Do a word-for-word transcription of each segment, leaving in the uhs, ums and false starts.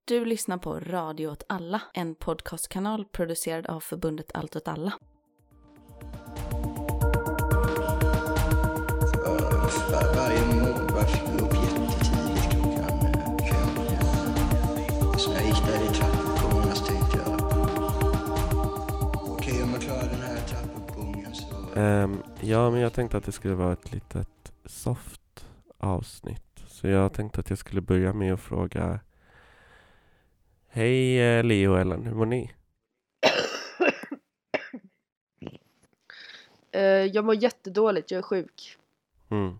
Du lyssnar på Radio åt alla, en podcastkanal producerad av förbundet Allt åt alla. För varje morgon var jag upp jättetidigt klockan fem. Så jag gick där i trappuppgången och tänkte jag, okej okay, om jag klarar den här trappuppgången så... Um, ja, men jag tänkte att det skulle vara ett litet soft avsnitt. Så jag tänkte att jag skulle börja med att fråga: hej eh, Leo och Ellen, hur mår ni? uh, jag mår jättedåligt, jag är sjuk. Mm.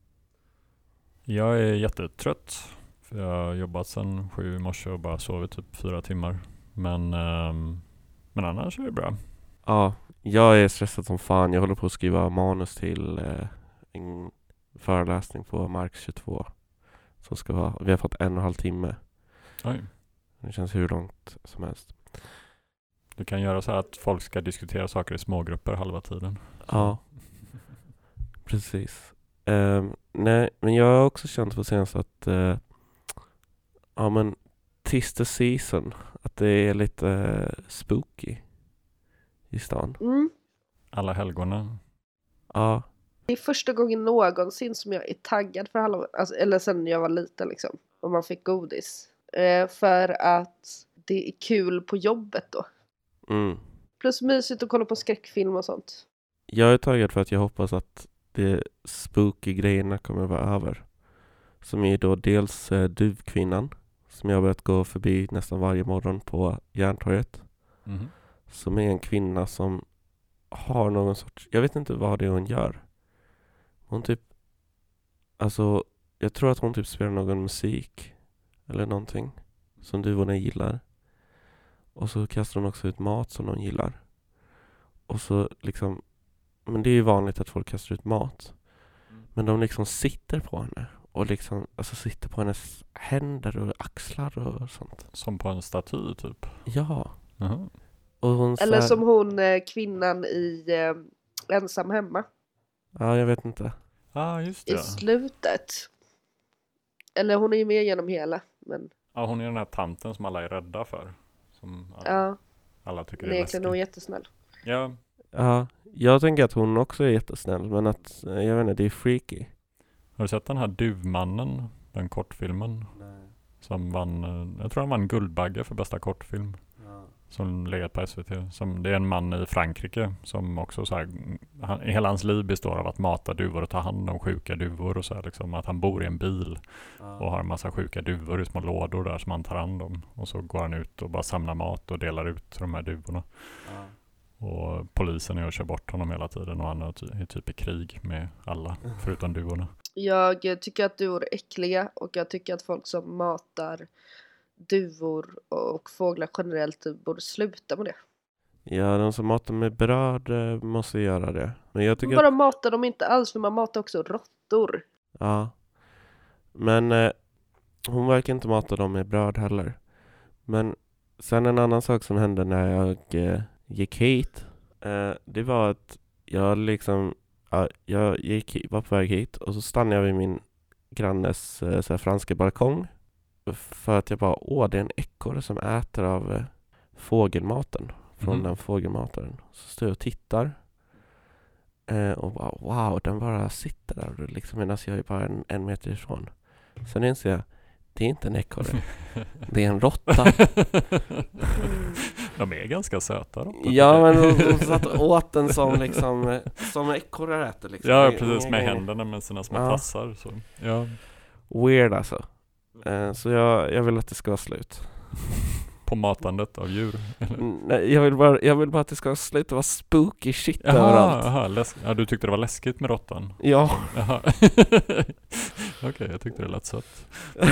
Jag är jättetrött. För jag har jobbat sedan sju i morse och bara sovit typ fyra timmar. Men, um, men annars är det bra. Ja, jag är stressad som fan. Jag håller på att skriva manus till eh, en föreläsning på Mark tjugotvå. Som ska vara, vi har fått en och en halv timme. Oj. Det känns hur långt som helst. Du kan göra så här att folk ska diskutera saker i smågrupper halva tiden. Ja, precis. Um, nej, men jag har också känt på senast att uh, ja men tis the season, att det är lite uh, spooky i stan. Mm. Alla helgorna. Ja. Det är första gången någonsin som jag är taggad för halloween, alltså, eller sen jag var liten liksom, och man fick godis. Eh, för att det är kul på jobbet då. Mm. Plus mysigt att kolla på skräckfilm och sånt. Jag är taggad för att jag hoppas att de spooky grejerna kommer vara över. Som är då dels eh, Duvkvinnan, som jag har börjat gå förbi nästan varje morgon på Järntorget. Mm. Som är en kvinna som har någon sorts, jag vet inte vad det är hon gör. Hon typ, alltså jag tror att hon typ spelar någon musik eller någonting som duvorna gillar. Och så kastar hon också ut mat som de gillar. Och så liksom, men det är ju vanligt att folk kastar ut mat. Mm. Men de liksom sitter på henne. Och liksom, alltså sitter på hennes händer och axlar och sånt. Som på en staty typ? Ja. Uh-huh. Och hon Eller här, som hon, eh, kvinnan i eh, Ensam hemma. Ja, jag vet inte. Ja, ah, just I det. slutet. Eller hon är ju med genom hela. Men... Ja, hon är den här tanten som alla är rädda för. Som alla, ja. alla tycker Men är egentligen är hon läskig. jättesnäll. Ja. Ja, jag tänker att hon också är jättesnäll. Men att, jag vet inte, det är freaky. Har du sett den här Duvmannen? Den kortfilmen? Nej. Som vann, jag tror han vann Guldbagge för bästa kortfilm. Ja. Som legat på S V T. Som, det är en man i Frankrike som också så här, han, hela hans liv består av att mata duvor och ta hand om sjuka duvor och så här, liksom, att han bor i en bil Ja. och har en massa sjuka duvor i små lådor där som han tar hand om. Och så går han ut och bara samlar mat och delar ut de här duvorna. Ja. Och polisen är och kör bort honom hela tiden och han är, ty- är typ i krig med alla förutom duvorna. Jag tycker att duvor är äckliga. Och jag tycker att folk som matar duvor och fåglar generellt borde sluta med det. Ja, de som matar med bröd eh, måste göra det. Men jag tycker Bara att, matar dem inte alls, för man matar också råttor. ja. Men eh, hon verkar inte mata dem med bröd heller. Men sen en annan sak som hände när jag eh, gick hit. Eh, det var att jag liksom, ja, jag gick, var på väg hit och så stannade jag vid min grannes eh, så här, franska balkong. För att jag bara, åh, det är en ekorre som äter av eh, fågelmaten. Från Mhm. den fågelmataren. Så står jag och tittar. Eh, och bara, wow, den bara sitter där. Och liksom, medan jag är bara en, en meter ifrån. Sen inser jag, det är inte en ekorre. Det är en råtta. De är ganska söta då. Ja, men hon, hon satt åt den som liksom, eh, som ekorrar äter liksom. Ja, Det är precis, ingen med gång- händerna med sina små Ja. tassar. Så. Ja. Weird alltså. Eh, så jag, jag vill att det ska vara slut. På matandet av djur. Eller? Mm, Nej, jag vill bara, jag vill bara att det ska sluta vara spooky shit Jaha, överallt. jaha, läsk- ja, du tyckte det var läskigt med råttan? Ja. Jaha. Okej, jag tyckte det lät sött.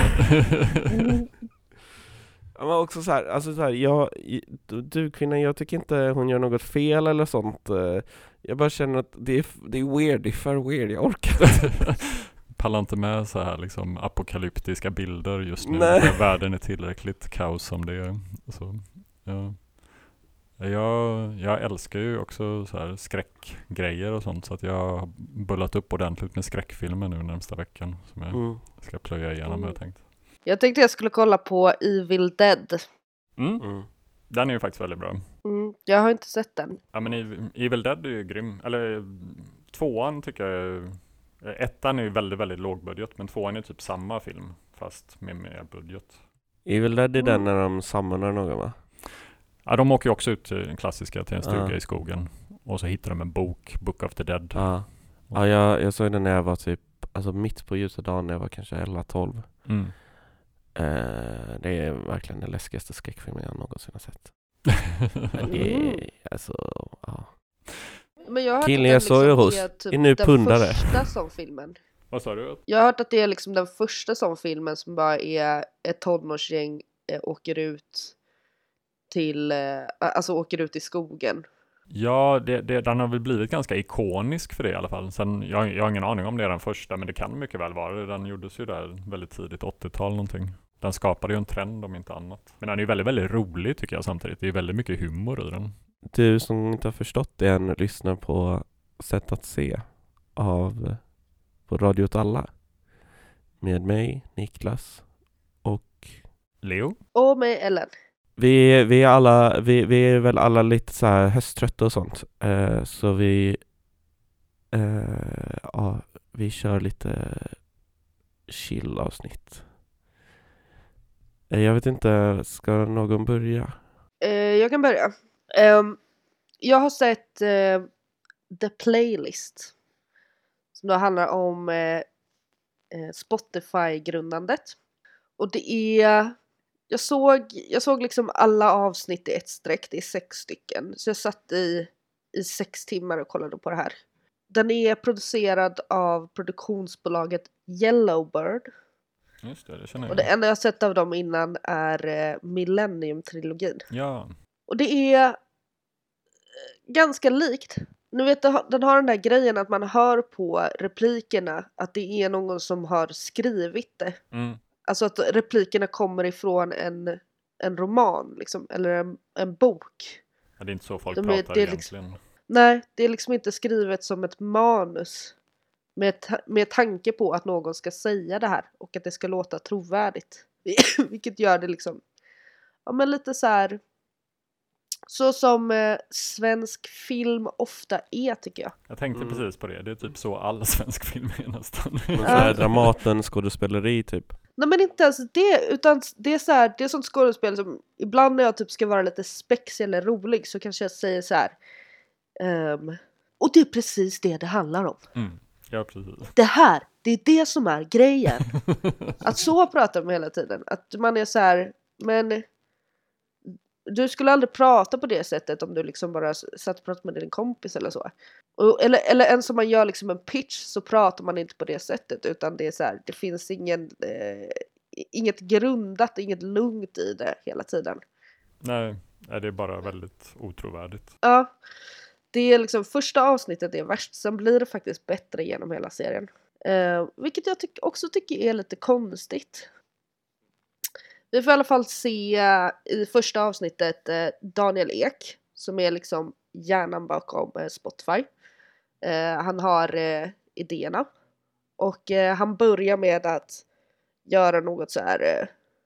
Ja, men också så här, alltså så här, jag, du kvinnan, jag tycker inte hon gör något fel eller sånt. Eh, Jag bara känner att det är, det är weird, det är för weird, jag orkar inte. Pallar inte med så här liksom apokalyptiska bilder just nu. Nej. När världen är tillräckligt kaos som det är. Så, ja. Jag, jag älskar ju också så här skräckgrejer och sånt, så att jag har bullat upp ordentligt med skräckfilmer nu närmsta veckan som jag Mm. ska plöja igenom, Mm. har jag tänkt. Jag tänkte jag skulle kolla på Evil Dead. Mm. Mm. Den är ju faktiskt väldigt bra. Mm, jag har inte sett den. Ja, men Evil Dead är ju grym. Eller tvåan tycker jag. Ettan är ju väldigt, väldigt lågbudget. Men tvåan är typ samma film. Fast med mer budget. Evil Dead är Mm. den när de sammanar någon, va? Ja, de åker ju också ut till en klassiska till en stuga Ja. i skogen. Och så hittar de en bok. Book of the Dead. Ja. Ja, jag, jag såg den när jag var typ, alltså mitt på ljusa dagen när jag var kanske elva tolv. Mm. Eh, det är verkligen den läskigaste skräckfilmen jag någonsin har sett. Men det Mm. är, alltså, ja. Men jag har hört Killen att jag den såg ju hos är typ är nu den pundare. första som filmen. Vad sa du? Jag har hört att det är liksom den första som filmen som bara är ett tonårsgäng eh, åker ut till, eh, alltså åker ut i skogen. Ja, det, det, den har väl blivit ganska ikonisk för det i alla fall. Sen, jag, jag har ingen aning om det är den första, men det kan mycket väl vara. Den gjordes ju där väldigt tidigt, åttiotal någonting. Den skapade ju en trend om inte annat. Men den är ju väldigt, väldigt rolig tycker jag samtidigt. Det är väldigt mycket humor i den. Du som inte har förstått det än lyssnar på Sätt att se av på Radio åt alla. Med mig, Niklas och Leo? Och med Ellen. vi, vi, är alla, vi, vi är väl alla lite så här hösttrötta och sånt. Eh, så vi eh, ja, vi kör lite chill avsnitt. Eh, jag vet inte, ska någon börja? Eh, jag kan börja. Ehm, jag har sett eh, The Playlist. Som då handlar om eh, eh, Spotify-grundandet. Och det är... Jag såg, jag såg liksom alla avsnitt i ett streck. Det är sex stycken. Så jag satt i, i sex timmar och kollade på det här. Den är producerad av produktionsbolaget Yellowbird. Just det, det känner Och jag. det enda jag sett av dem innan är eh, Millennium-trilogin. Ja, Och det är eh, ganska likt. Nu vet du, den har den där grejen att man hör på replikerna att det är någon som har skrivit det. mm. Alltså att replikerna kommer ifrån en, en roman liksom, eller en, en bok. Ja, det är inte så folk De är- pratar det är egentligen. liksom- Nej, det är liksom inte skrivet som ett manus. Med, ta- med tanke på att någon ska säga det här och att det ska låta trovärdigt. Vilket gör det liksom, ja men lite så här. Så som eh, svensk film ofta är tycker jag. Jag tänkte Mm. precis på det. Det är typ så all svensk film är nästan. Men så här Dramaten, skådespeleri typ. Nej men inte ens det, utan det är så här, det är sånt skådespel som ibland när jag typ ska vara lite spexig eller rolig så kanske jag säger så här. ehm, och det är precis det det handlar om. Mm. Ja, precis. Det här, det är det som är grejen. Att så pratar man hela tiden. Att man är så här, men du skulle aldrig prata på det sättet om du liksom bara satt och pratade med din kompis eller så. Och, eller, eller ens om man gör liksom en pitch så pratar man inte på det sättet utan det är så här, det finns ingen eh, inget grundat, inget lugnt i det hela tiden. Nej, det är bara väldigt otrovärdigt. Ja, det är liksom första avsnittet är värst, sen blir det faktiskt bättre genom hela serien. Eh, vilket jag tyck, också tycker är lite konstigt. Vi får i alla fall se uh, i första avsnittet uh, Daniel Ek som är liksom hjärnan bakom uh, Spotify. Uh, han har uh, idéerna och uh, han börjar med att göra något så här, uh,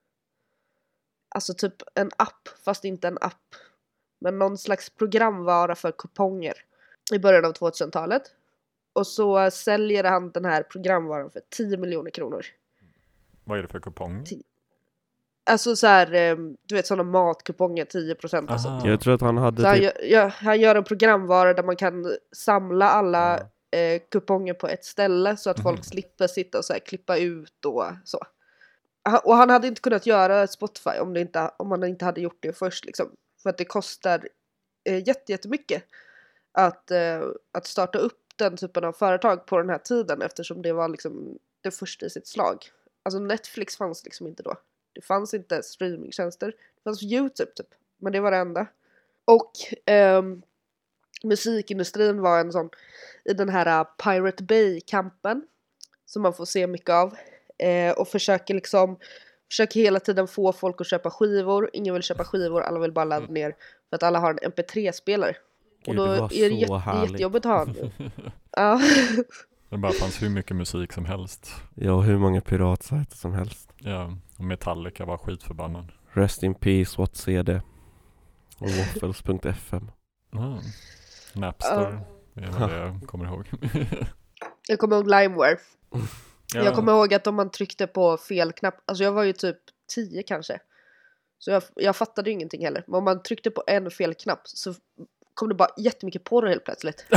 alltså typ en app, fast inte en app, men någon slags programvara för kuponger i början av tvåtusentalet. Och så uh, säljer han den här programvaran för tio miljoner kronor. Vad är det för kupong? Alltså så här, eh, du vet sådana matkuponger, tio procent och Aha. sånt. Jag tror att han hade Så han typ, gör, gör, han gör en programvara där man kan samla alla Ja. eh, kuponger på ett ställe så att Mhm. folk slipper sitta och så här, klippa ut och så. Ha- Och han hade inte kunnat göra Spotify om, det inte, om man inte hade gjort det först liksom. För att det kostar eh, jätte, jättemycket att, eh, att starta upp den typen av företag på den här tiden eftersom det var liksom det första i sitt slag. Alltså Netflix fanns liksom inte då. Det fanns inte streamingtjänster. Det fanns YouTube typ. Men det var det enda. Och ehm, musikindustrin var en sån i den här uh, Pirate Bay-kampen. Som man får se mycket av. Eh, och försöker liksom försöker hela tiden få folk att köpa skivor. Ingen vill köpa skivor. Alla vill bara ladda ner. För att alla har en M P tre-spelare. Gud, och då det var är det så jätte, härligt. jättejobbigt att ha en. Ja. Det bara fanns hur mycket musik som helst. Ja, hur många piratsajter som helst. Ja, och Metallica var skitförbannad. Rest in peace, what C D. Och waffles punkt f m. Ah, Napster. Det är vad jag kommer ihåg. Jag kommer ihåg LimeWire. Ja. Jag kommer ihåg att om man tryckte på fel knapp, alltså jag var ju typ tio kanske. Så jag, jag fattade ju ingenting heller. Men om man tryckte på en fel knapp så kom det bara jättemycket porr helt plötsligt.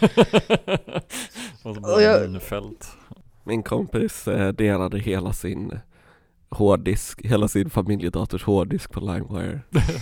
Och så Och bara jag- minfält. Min kompis eh, delade hela sin hårddisk, hela sin familjedators hårddisk på LimeWire.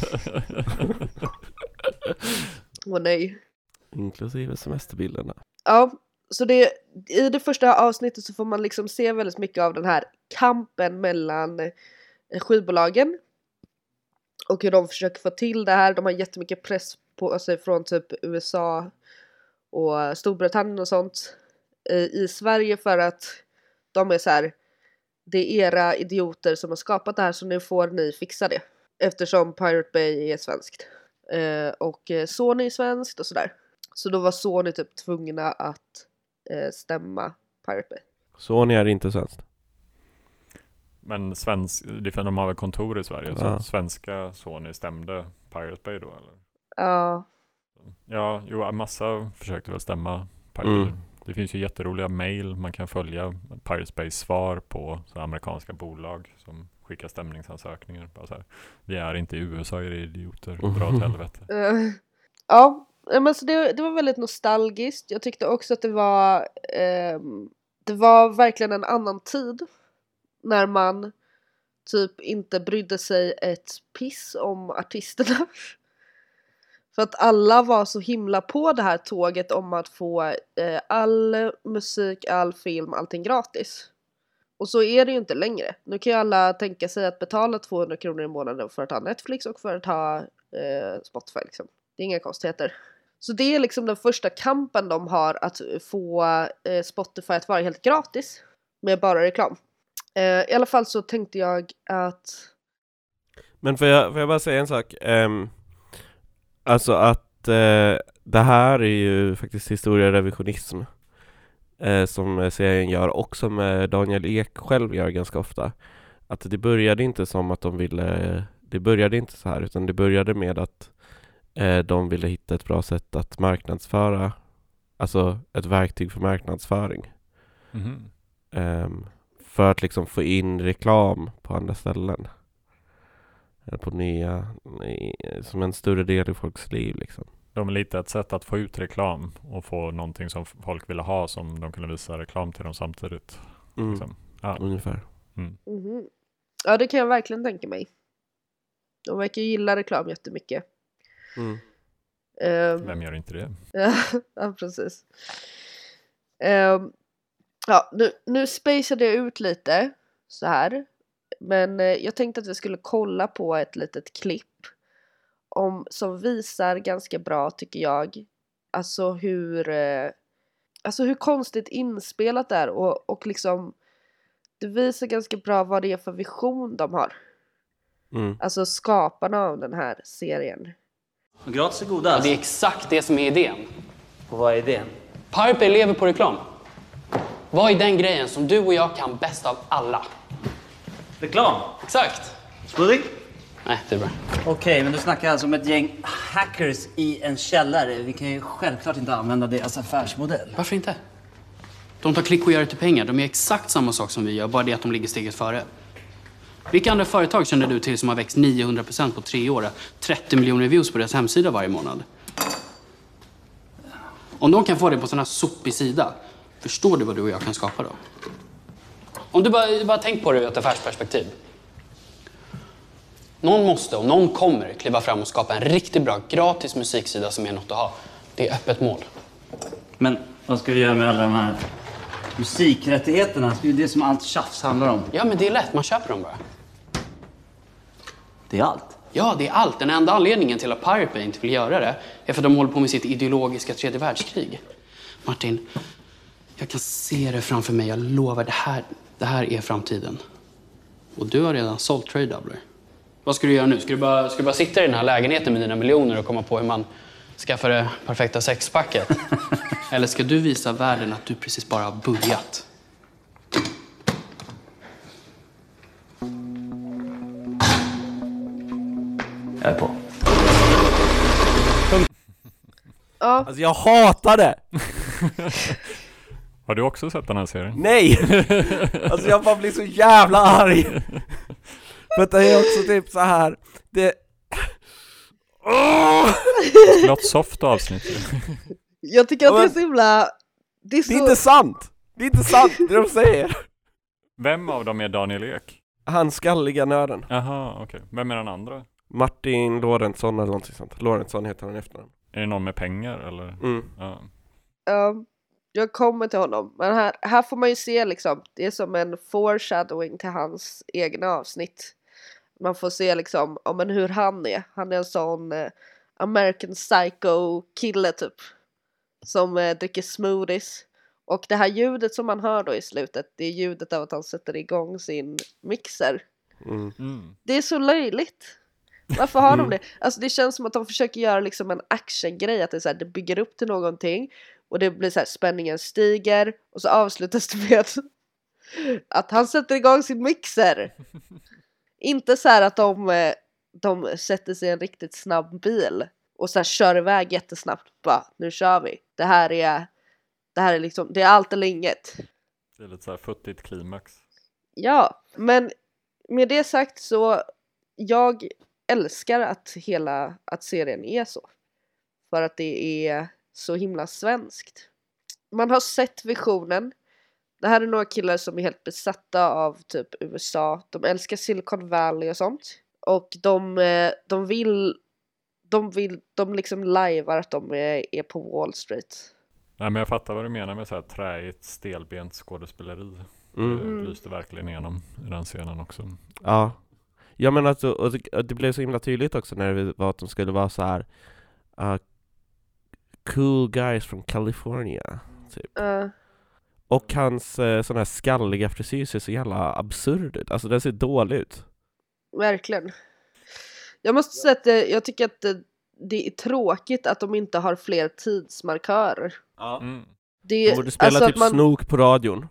Åh nej. Inklusive semesterbilderna. Ja, så det, i det första avsnittet så får man liksom se väldigt mycket av den här kampen mellan eh, skivbolagen. Och hur de försöker få till det här. De har jättemycket press på sig från typ U S A och Storbritannien och sånt eh, i Sverige för att de är så här: det är era idioter som har skapat det här så nu får ni fixa det. Eftersom Pirate Bay är svenskt. Eh, och eh, Sony är svenskt och sådär. Så då var Sony typ tvungna att eh, stämma Pirate Bay. Sony är inte svenskt. Men svensk, det är för de har väl kontor i Sverige. Ja. Så svenska Sony stämde Pirate Bay då eller? Ja, Ja, jo, massa försökte väl stämma Pirate Mm. Bay. Det finns ju jätteroliga mejl man kan följa Pirate Bays svar på så amerikanska bolag som skickar stämningsansökningar. Bara så här, vi är inte i U S A, är idioter, dra åt helvete. eh, ja men så det, det var väldigt nostalgiskt. Jag tyckte också att det var ehm, det var verkligen en annan tid. När man typ inte brydde sig ett piss om artisterna. För att alla var så himla på det här tåget om att få eh, all musik, all film, allting gratis. Och så är det ju inte längre. Nu kan ju alla tänka sig att betala tvåhundra kronor i månaden för att ha Netflix och för att ha eh, Spotify liksom. Det är inga konstigheter. Så det är liksom den första kampen de har, att få eh, Spotify att vara helt gratis med bara reklam. Eh, I alla fall så tänkte jag att... Men får jag, får jag bara säga en sak? Um, alltså att uh, det här är ju faktiskt historierevisionism. Uh, som serien gör, också med Daniel Ek själv gör ganska ofta. Att det började inte som att de ville... Det började inte så här, utan det började med att uh, de ville hitta ett bra sätt att marknadsföra. Alltså ett verktyg för marknadsföring. Mhm. Um, för att liksom få in reklam på andra ställen. Eller på nya, i- som en större del i folks liv liksom. De är lite ett sätt att få ut reklam och få någonting som folk ville ha som de kunde visa reklam till dem samtidigt. Mm. Liksom. Ja. Ungefär. Mhm. Ja, det kan jag verkligen tänka mig. De verkar ju gilla reklam jättemycket. Mm. Ehm, Vem gör inte det? ja, precis. Ehm, ja, nu, nu spacade jag ut lite så här. Men eh, jag tänkte att vi skulle kolla på ett litet klipp om, som visar ganska bra, tycker jag, alltså hur eh, alltså hur konstigt inspelat det är, och, och liksom det visar ganska bra vad det är för vision de har. Mm. Alltså skaparna av den här serien. Och gratis är goda Ja, alltså. det är exakt det som är idén. Och vad är idén? Pirate Bay lever på reklam. Vad är den grejen som du och jag kan bäst av alla? Reklam? Exakt. Pudding? Nej, det är bra. Okej, men du snackar alltså om ett gäng hackers i en källare. Vi kan ju självklart inte använda deras affärsmodell. Varför inte? De tar klick och gör det till pengar. De är exakt samma sak som vi gör, bara det att de ligger steget före. Vilka andra företag känner du till som har växt niohundra procent på tre år? trettio miljoner views på deras hemsida varje månad. Om de kan få det på sån här sopig sida, förstår du vad du och jag kan skapa då? Om du bara, bara tänk på det ur ett affärsperspektiv. Någon måste, och någon kommer, kliva fram och skapa en riktigt bra gratis musiksida som är något att ha. Det är öppet mål. Men vad ska vi göra med alla de här musikrättigheterna? Det är ju det som allt tjafs handlar om. Ja, men det är lätt. Man köper dem bara. Det är allt. Ja, det är allt. Den enda anledningen till att Pirate Bay inte vill göra det är för att de håller på med sitt ideologiska tredje världskrig. Martin, jag kan se det framför mig. Jag lovar, det här, det här är framtiden. Och du har redan sålt Trade Doubler. Vad ska du göra nu? Ska du, bara, ska du bara sitta i den här lägenheten med dina miljoner och komma på hur man skaffa det perfekta sexpacket? Eller ska du visa världen att du precis bara har börjat? Jag är på. Ja, Alltså jag hatar det! Har du också sett den här serien? Nej! Alltså jag bara blir så jävla arg. För att det är också typ så här. Det... Oh! Det skulle ha ett soft avsnitt. jag tycker att Ja, det är men- så himla... Det är så... Det är inte sant! Det är inte sant det de säger. Vem av dem är Daniel Ek? Han skalliga nörden. Jaha, okej. Vem är den andra? Martin Lorentzon eller någonting sånt. Lorentzon heter han efter honom. Är det någon med pengar eller? Mm. Ja. Ja, jag kommer till honom. Men här, här får man ju se liksom, det är som en foreshadowing till hans egna avsnitt. Man får se liksom, ja, men hur han är. Han är en sån eh, American Psycho kille typ. Som eh, dricker smoothies. Och det här ljudet som man hör då i slutet, det är ljudet av att han sätter igång sin mixer. Mm. Mm. Det är så löjligt. Varför har Mm. de det? Alltså det känns som att de försöker göra liksom en actiongrej. Att det, är så här, det bygger upp till någonting. Och det blir så här, spänningen stiger. Och så avslutas det med att, att han sätter igång sin mixer. Inte så här att de, eh, de sätter sig i en riktigt snabb bil. Och så här kör iväg jättesnabbt. Bara, nu kör vi. Det här är, det här är liksom, det är allt eller inget. Det är lite så här futtigt klimax. Ja, men med det sagt så jag älskar att hela att serien är så. För att det är så himla svenskt. Man har sett visionen. Det här är några killar som är helt besatta av typ U S A. De älskar Silicon Valley och sånt. Och de, eh, de vill de vill, de liksom lajvar att de är, är på Wall Street. Nej, men jag fattar vad du menar med så här träigt, stelbent skådespeleri. Mm. Det lyste verkligen igenom i den scenen också. Ja. Ja men alltså, och det, och det blev så himla tydligt också när det var att de skulle vara så här uh, cool guys from California typ. Uh, Och hans uh, sån här skalliga frisyr ser så jävla absurd ut. Alltså den ser dålig ut. verkligen. Jag måste säga att det, jag tycker att det, det är tråkigt att de inte har fler tidsmarkörer. Ja. Mm. Det, De borde spela alltså typ att man, snok på radion.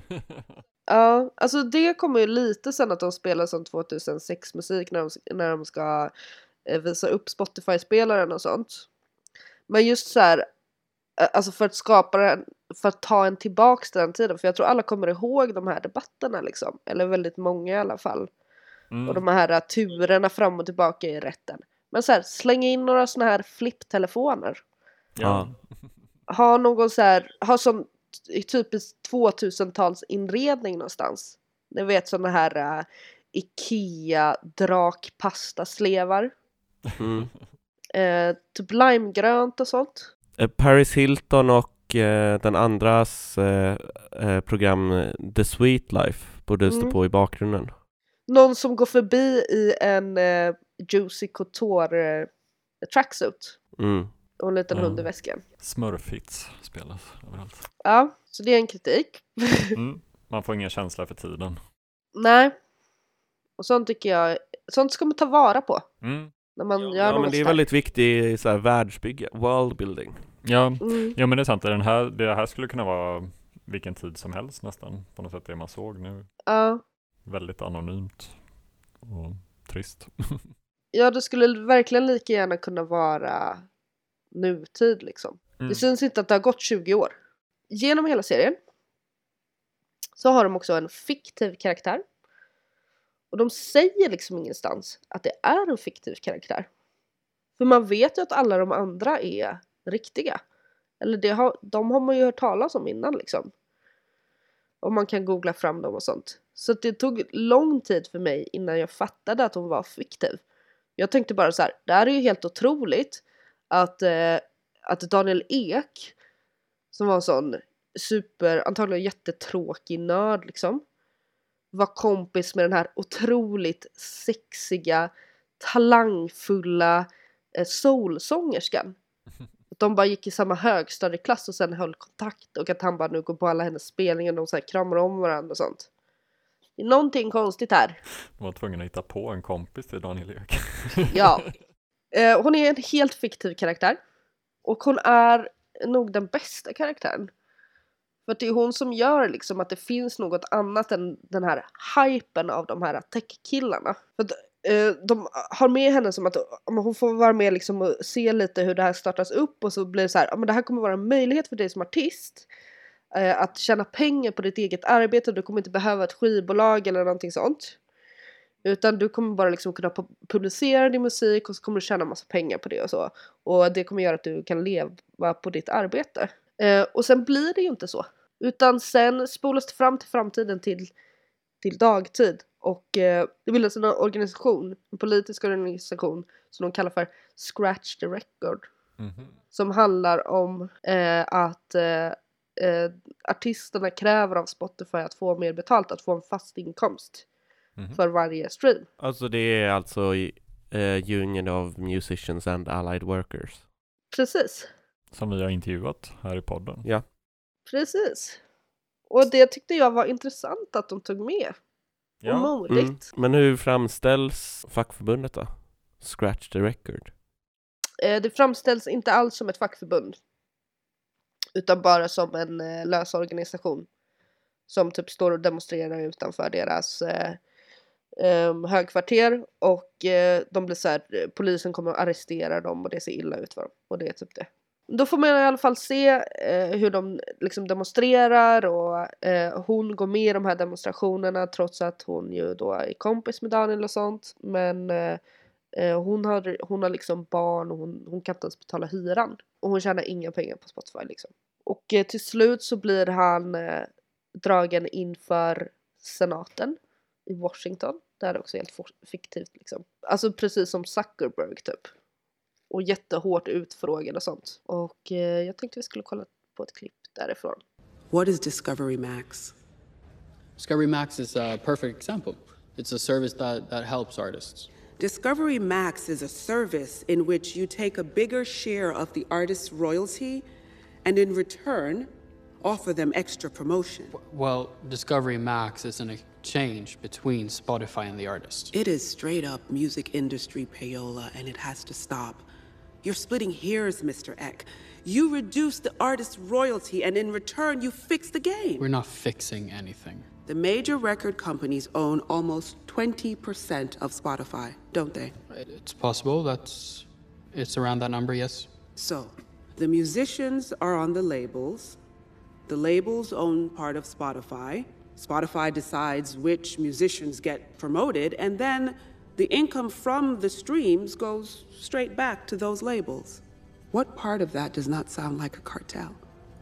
Ja, alltså det kommer ju lite sen att de spelar som tjugohundrasex musik när de, när de ska eh, visa upp Spotify-spelaren och sånt. Men just så här, eh, alltså för att skapa en, för att ta en tillbaks till den tiden. För jag tror alla kommer ihåg de här debatterna liksom. Eller väldigt många i alla fall. Mm. Och de här uh, turerna fram och tillbaka i rätten. Men så här, slänga in några såna här flipptelefoner. Ja. Ha någon så här, ha sån typiskt tvåtusentals inredning någonstans. Ni vet såna här uh, Ikea drakpastaslevar. Mm. Uh, typ limegrönt och sånt. Eh, Paris Hilton och eh, den andras eh, eh, program eh, The Sweet Life borde stå Mm. på i bakgrunden. Någon som går förbi i en uh, Juicy Couture uh, tracksuit. Mm. Och en liten Mm. hund i väskan. Smurfhits spelas överallt. Ja, så det är en kritik. Mm. Man får ingen känsla för tiden. Nej. Och sånt tycker jag, sånt ska man ta vara på. Mm. När man gör Ja något men det är starkt. väldigt viktigt så här, världsbygge, worldbuilding. Ja. Mm. ja, men det är sant. Den här, det här skulle kunna vara vilken tid som helst nästan. På något sätt det man såg nu. Ja. Väldigt anonymt och trist. Ja, det skulle verkligen lika gärna kunna vara nutid liksom. Mm. Det syns inte att det har gått tjugo år. Genom hela serien så har de också en fiktiv karaktär. Och de säger liksom ingenstans att det är en fiktiv karaktär. För man vet ju att alla de andra är riktiga. Eller det har, de har man ju hört talas om innan liksom. Och man kan googla fram dem och sånt. Så det tog lång tid för mig innan jag fattade att hon var fiktiv. Jag tänkte bara så här, det här är ju helt otroligt att, eh, att Daniel Ek, som var en sån super, antagligen jättetråkig nörd liksom, var kompis med den här otroligt sexiga, talangfulla eh, soulsångerskan. Att de bara gick i samma högstadieklass och sen höll kontakt, och att han bara nu går på alla hennes spelningar och de så här kramar om varandra och sånt. Det är någonting konstigt här. De var tvungna att hitta på en kompis till Daniel Ek. Ja. Eh, hon är en helt fiktiv karaktär. Och hon är nog den bästa karaktären. För att det är hon som gör liksom att det finns något annat än den här hypen av de här tech-killarna. För att eh, de har med henne som att hon får vara med liksom och se lite hur det här startas upp. Och så blir det så här, ja men det här kommer vara en möjlighet för dig som artist. Eh, att tjäna pengar på ditt eget arbete. Du kommer inte behöva ett skivbolag eller någonting sånt. Utan du kommer bara liksom kunna publicera din musik och så kommer du tjäna massa pengar på det och så. Och det kommer göra att du kan leva på ditt arbete. Eh, och sen blir det ju inte så. Utan sen spolas det fram till framtiden till, till dagtid. Och eh, det bildas en organisation, en politisk organisation som de kallar för Scratch the Record. Mm-hmm. Som handlar om eh, att eh, eh, artisterna kräver av Spotify att få mer betalt, att få en fast inkomst. Mm-hmm. För varje stream. Alltså det är alltså uh, Union of Musicians and Allied Workers. Precis. Som vi har intervjuat här i podden. Ja. Precis. Och det tyckte jag var intressant att de tog med. Ja. Och modigt. Mm. Men hur framställs fackförbundet då? Scratch the Record. Eh, det framställs inte alls som ett fackförbund. Utan bara som en eh, lös organisation. Som typ står och demonstrerar utanför deras eh, eh, högkvarter. Och eh, de blir så här, polisen kommer att arrestera dem och det ser illa ut för dem. Och det är typ det. Då får man i alla fall se eh, hur de liksom demonstrerar och eh, hon går med i de här demonstrationerna trots att hon ju då är kompis med Daniel och sånt. Men eh, hon, har, hon har liksom barn och hon, hon kan inte ens betala hyran. Och hon tjänar inga pengar på Spotify liksom. Och eh, till slut så blir han eh, dragen inför senaten i Washington. Det är också helt fiktivt liksom. Alltså precis som Zuckerberg typ. Och jättehårt utfrågad och sånt. Och eh, jag tänkte vi skulle kolla på ett klipp därifrån. What is Discovery Max? Discovery Max is a perfect example. It's a service that, that helps artists. Discovery Max is a service in which you take a bigger share of the artist's royalty and in return offer them extra promotion. Well, Discovery Max is an exchange between Spotify and the artist. It is straight up music industry payola and it has to stop. You're splitting hairs, Mister Eck. You reduce the artist's royalty and in return you fix the game. We're not fixing anything. The major record companies own almost twenty percent of Spotify, don't they? It's possible. That's it's around that number, yes. So, the musicians are on the labels. The labels own part of Spotify. Spotify decides which musicians get promoted, and then the income from the streams goes straight back to those labels. What part of that does not sound like a cartel?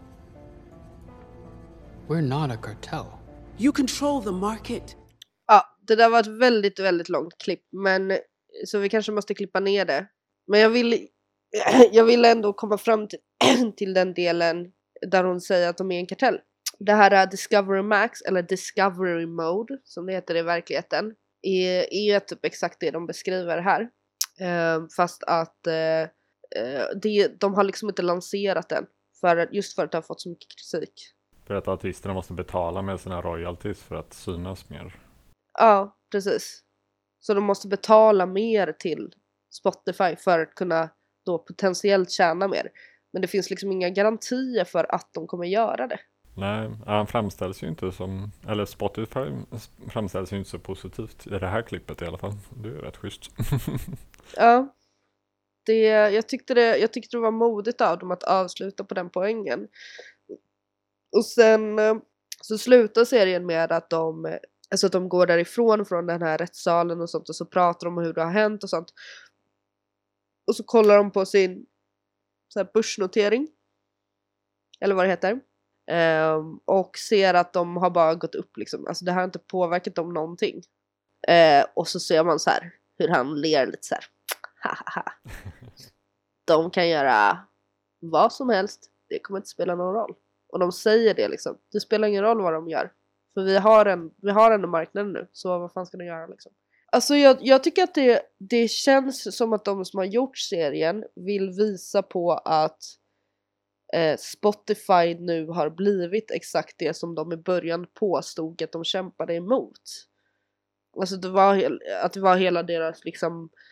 We're not a cartel. You control the market. Ja, det där var ett väldigt, väldigt långt klipp, men så vi kanske måste klippa ner det. Men jag vill, jag vill ändå komma fram till, till den delen där hon säger att de är en kartell. Det här är Discovery Max, eller Discovery Mode, som det heter i verkligheten, är, är ju typ exakt det de beskriver här. Uh, fast att uh, det, de har liksom inte lanserat den, för, just för att det har fått så mycket kritik. För att artisterna måste betala med sina royalties för att synas mer. Ja, precis. Så de måste betala mer till Spotify för att kunna då potentiellt tjäna mer. Men det finns liksom inga garantier för att de kommer göra det. Nej, han framställs ju inte som, eller Spotify framställs ju inte så positivt i det här klippet i alla fall. Det är rätt schysst. Ja, det, jag, tyckte det, jag tyckte det var modigt av dem att avsluta på den poängen. Och sen så slutar serien med att de, alltså att de går därifrån från den här rättssalen och sånt, och så pratar de om hur det har hänt och sånt. Och så kollar de på sin så här börsnotering, eller vad det heter, um, och ser att de har bara gått upp liksom. Alltså det har inte påverkat dem någonting. Uh, och så ser man så här hur han ler lite så här. De kan göra vad som helst, det kommer inte spela någon roll. Och de säger det liksom, det spelar ingen roll vad de gör, för vi har en, vi har en marknad nu, så vad fan ska de göra liksom. Alltså jag, jag tycker att det, det känns som att de som har gjort serien vill visa på att eh, Spotify nu har blivit exakt det som de i början påstod att de kämpade emot. Alltså det var, att det var hela deras liksom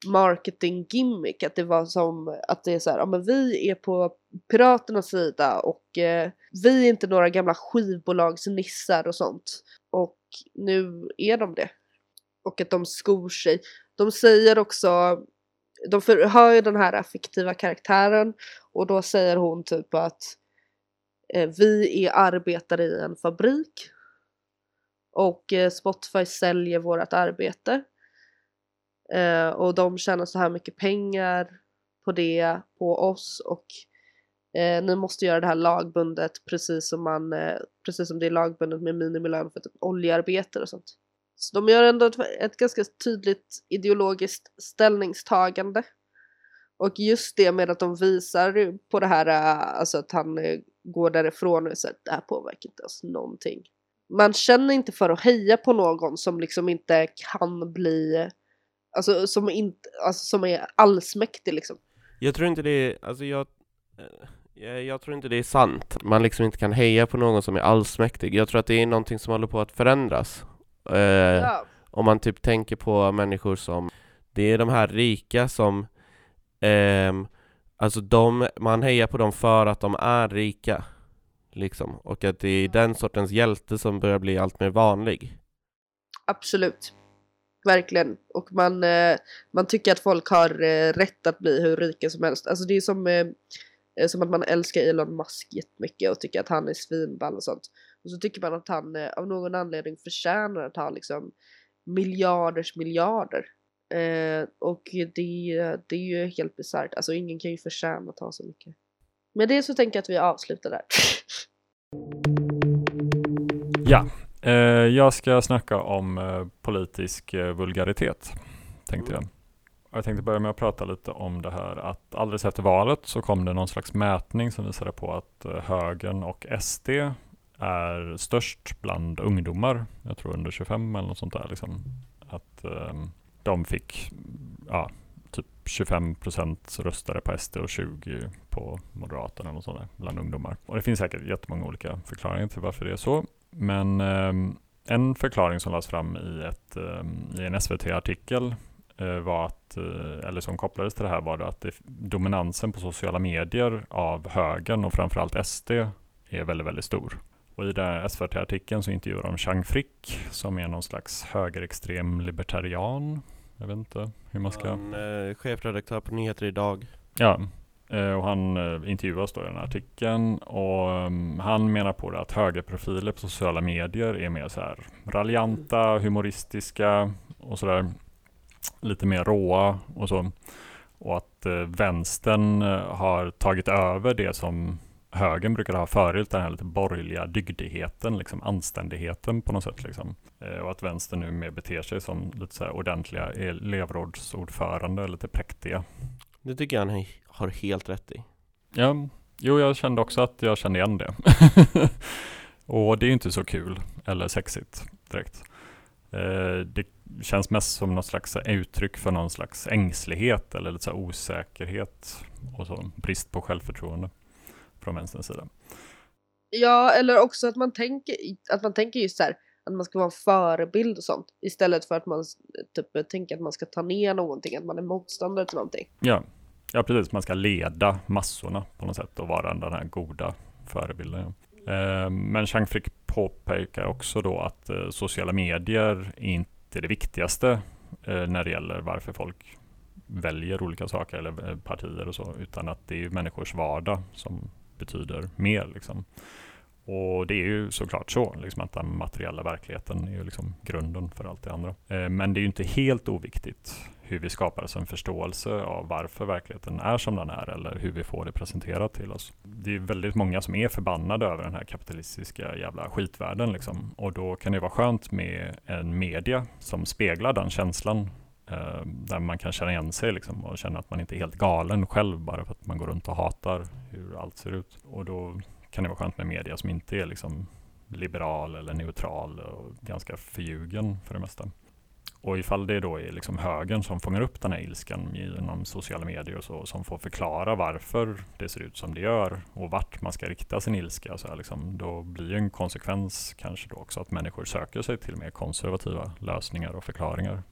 marketing gimmick, att det var som att det är så här, ja men vi är på piraternas sida och eh, vi är inte några gamla skivbolagsnissar och sånt, och nu är de det, och att de skor sig. De säger också, de förhör ju den här fiktiva karaktären, och då säger hon typ att eh, vi är arbetare i en fabrik och eh, Spotify säljer vårat arbete. Uh, och de tjänar så här mycket pengar på det, på oss, och uh, ni måste göra det här lagbundet, precis som man uh, precis som det är lagbundet med minimilön för typ oljearbetare och sånt. Så de gör ändå ett, ett ganska tydligt ideologiskt ställningstagande. Och just det med att de visar på det här, uh, alltså att han uh, går därifrån och säger att det här påverkar inte oss någonting. Man känner inte för att heja på någon som liksom inte kan bli, alltså som inte, alltså som är allsmäktig liksom. Jag tror inte det är, alltså jag, jag, jag tror inte det är sant. Man liksom inte kan heja på någon som är allsmäktig. Jag tror att det är någonting som håller på att förändras. Eh, Ja. Om man typ tänker på människor som, det är de här rika som, ehm, alltså de, man hejar på dem för att de är rika. Liksom. Och att det är den sortens hjälte som börjar bli allt mer vanlig. Absolut. Verkligen. Och man, eh, man tycker att folk har eh, rätt att bli hur rika som helst. Alltså det är som, eh, som att man älskar Elon Musk jättemycket och tycker att han är svinball och sånt. Och så tycker man att han eh, av någon anledning förtjänar att ha liksom miljarders miljarder. Eh, och det, det är ju helt bisarrt. Alltså ingen kan ju förtjäna att ha så mycket. Med det så tänker jag att vi avslutar där. Ja. Eh, jag ska snacka om eh, politisk eh, vulgaritet, tänkte jag. Och jag tänkte börja med att prata lite om det här att alldeles efter valet så kom det någon slags mätning som visade på att eh, högern och S D är störst bland ungdomar. Jag tror under tjugofem eller något sånt där. Liksom. Att eh, de fick ja, typ tjugofem procent röstade på S D och tjugo på Moderaterna eller något sånt där, bland ungdomar. Och det finns säkert jättemånga olika förklaringar till varför det är så. Men eh, en förklaring som lades fram i, ett, eh, i en S V T-artikel eh, var att, eh, eller som kopplades till det här, var det att det, dominansen på sociala medier av högern och framförallt S D är väldigt, väldigt stor. Och i den här S V T-artikeln så intervjuar de Chang Frick som är någon slags högerextrem libertarian. Jag vet inte hur man ska... Han är chefredaktör på Nyheter idag. Ja. Och han intervjuas då i den här artikeln och um, han menar på det att högerprofiler på sociala medier är mer så här raljanta, humoristiska och sådär lite mer råa och så. Och att uh, vänstern uh, har tagit över det som högern brukade ha förut, den här lite borgerliga dygdigheten, liksom anständigheten på något sätt liksom. Uh, och att vänstern nu mer beter sig som lite så här ordentliga elevrådsordförande, lite präktiga. Det tycker jag han har helt rätt i. Ja, jo jag kände också att jag kände igen det. Och det är inte så kul eller sexigt direkt. Eh, det känns mest som något slags uttryck för någon slags ängslighet eller lite så osäkerhet och så brist på självförtroende från vänsterns sida. Ja, eller också att man tänker, att man tänker just så här, att man ska vara en förebild och sånt, istället för att man typ tänker att man ska ta ner någonting, att man är motståndare till någonting. Ja, ja precis. Man ska leda massorna på något sätt och vara den här goda förebilden. Ja. Eh, men Chang Frick påpekar också då att eh, sociala medier är inte det viktigaste eh, när det gäller varför folk väljer olika saker eller eh, partier och så, utan att det är människors vardag som betyder mer liksom. Och det är ju såklart så, liksom att den materiella verkligheten är ju liksom grunden för allt det andra. Eh, men det är ju inte helt oviktigt hur vi skapar oss en förståelse av varför verkligheten är som den är eller hur vi får det presenterat till oss. Det är väldigt många som är förbannade över den här kapitalistiska jävla skitvärlden liksom. Och då kan det vara skönt med en media som speglar den känslan, eh, där man kan känna igen sig liksom, och känna att man inte är helt galen själv bara för att man går runt och hatar hur allt ser ut. Och då kan det vara skönt med media som inte är liksom liberal eller neutral och ganska förljugen för det mesta. Och ifall det då är liksom högern som fångar upp den här ilskan genom sociala medier och så, som får förklara varför det ser ut som det gör och vart man ska rikta sin ilska, så här liksom, då blir en konsekvens kanske då också att människor söker sig till mer konservativa lösningar och förklaringar. Och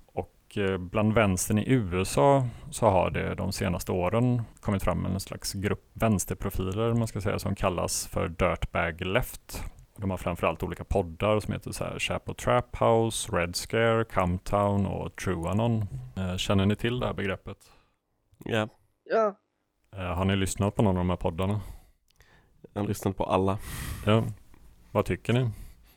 Och eh, bland vänstern i U S A så har det de senaste åren kommit fram en slags grupp vänsterprofiler man ska säga, som kallas för Dirtbag Left. De har framförallt olika poddar som heter så här Chapo Trap House, Red Scare, Cumtown och TrueAnon. Eh, känner ni till det här begreppet? Ja. Ja. Eh, har ni lyssnat på någon av de här poddarna? Jag har lyssnat på alla. Ja. Vad tycker ni?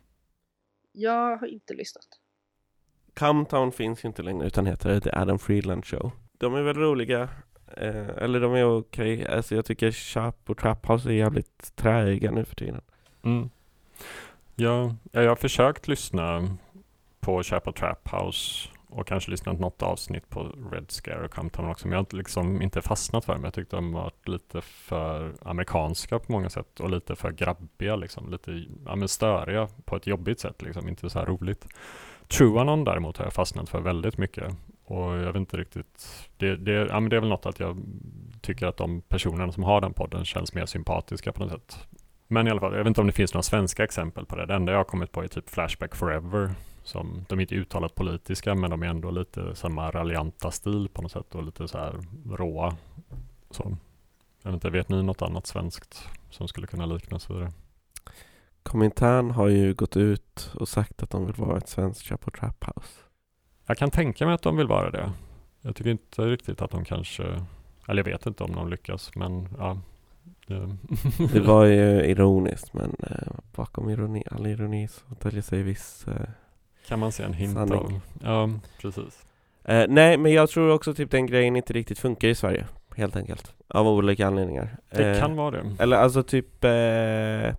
Jag har inte lyssnat. Cumtown finns ju inte längre utan heter The Adam Friedland Show. De är väl roliga. Eh, eller de är okej. Okay. Alltså jag tycker Chapo Trap House är jävligt träiga nu för tiden. Mm. Ja, jag har försökt lyssna på Chapo Trap House och kanske lyssnat något avsnitt på Red Scare och Cumtown också. Men jag har liksom inte fastnat för dem. Jag tyckte de var lite för amerikanska på många sätt och lite för grabbiga liksom. Lite ja, men störiga på ett jobbigt sätt liksom. Inte så här roligt. TrueAnon däremot har jag fastnat för väldigt mycket. Och jag vet inte riktigt. Det, det, ja, men det är väl något att jag tycker att de personerna som har den podden känns mer sympatiska på något sätt. Men i alla fall, jag vet inte om det finns några svenska exempel på det. Det enda jag har kommit på är typ Flashback Forever. Som, de är inte uttalat politiska men de är ändå lite samma raljanta stil på något sätt. Och lite så här råa. Så. Jag vet inte, vet ni något annat svenskt som skulle kunna liknas vid det? Komintern har ju gått ut och sagt att de vill vara ett svenskt Chapo Trap House. Jag kan tänka mig att de vill vara det. Jag tycker inte riktigt att de kanske... Eller jag vet inte om de lyckas, men ja... Det, det var ju ironiskt, men eh, bakom ironi, all ironi så döljer sig viss eh, kan man se en hint sanning. Av. Ja, precis. Eh, nej, men jag tror också typ den grejen inte riktigt funkar i Sverige, helt enkelt. Av olika anledningar. Det eh, kan vara det. Eller alltså typ... Eh,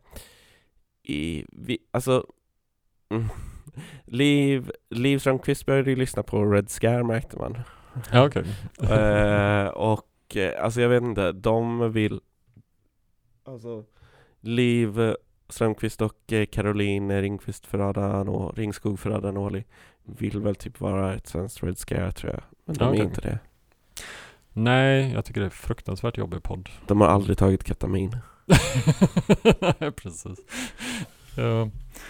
i, vi, alltså... Mm, Liv, Liv Strömquist började ju lyssna på Red Scare, märkte man. Ja, okej. Okay. eh, och eh, alltså jag vet inte, de vill... Alltså, Liv Strömquist och eh, Caroline Ringqvist Ferrada och Ringskog Ferrada Nåli vill väl typ vara ett svenskt Red Scare, tror jag. Men de okay. är inte det. Nej, jag tycker det är fruktansvärt jobbig podd. De har aldrig tagit ketamin. Precis. Ja.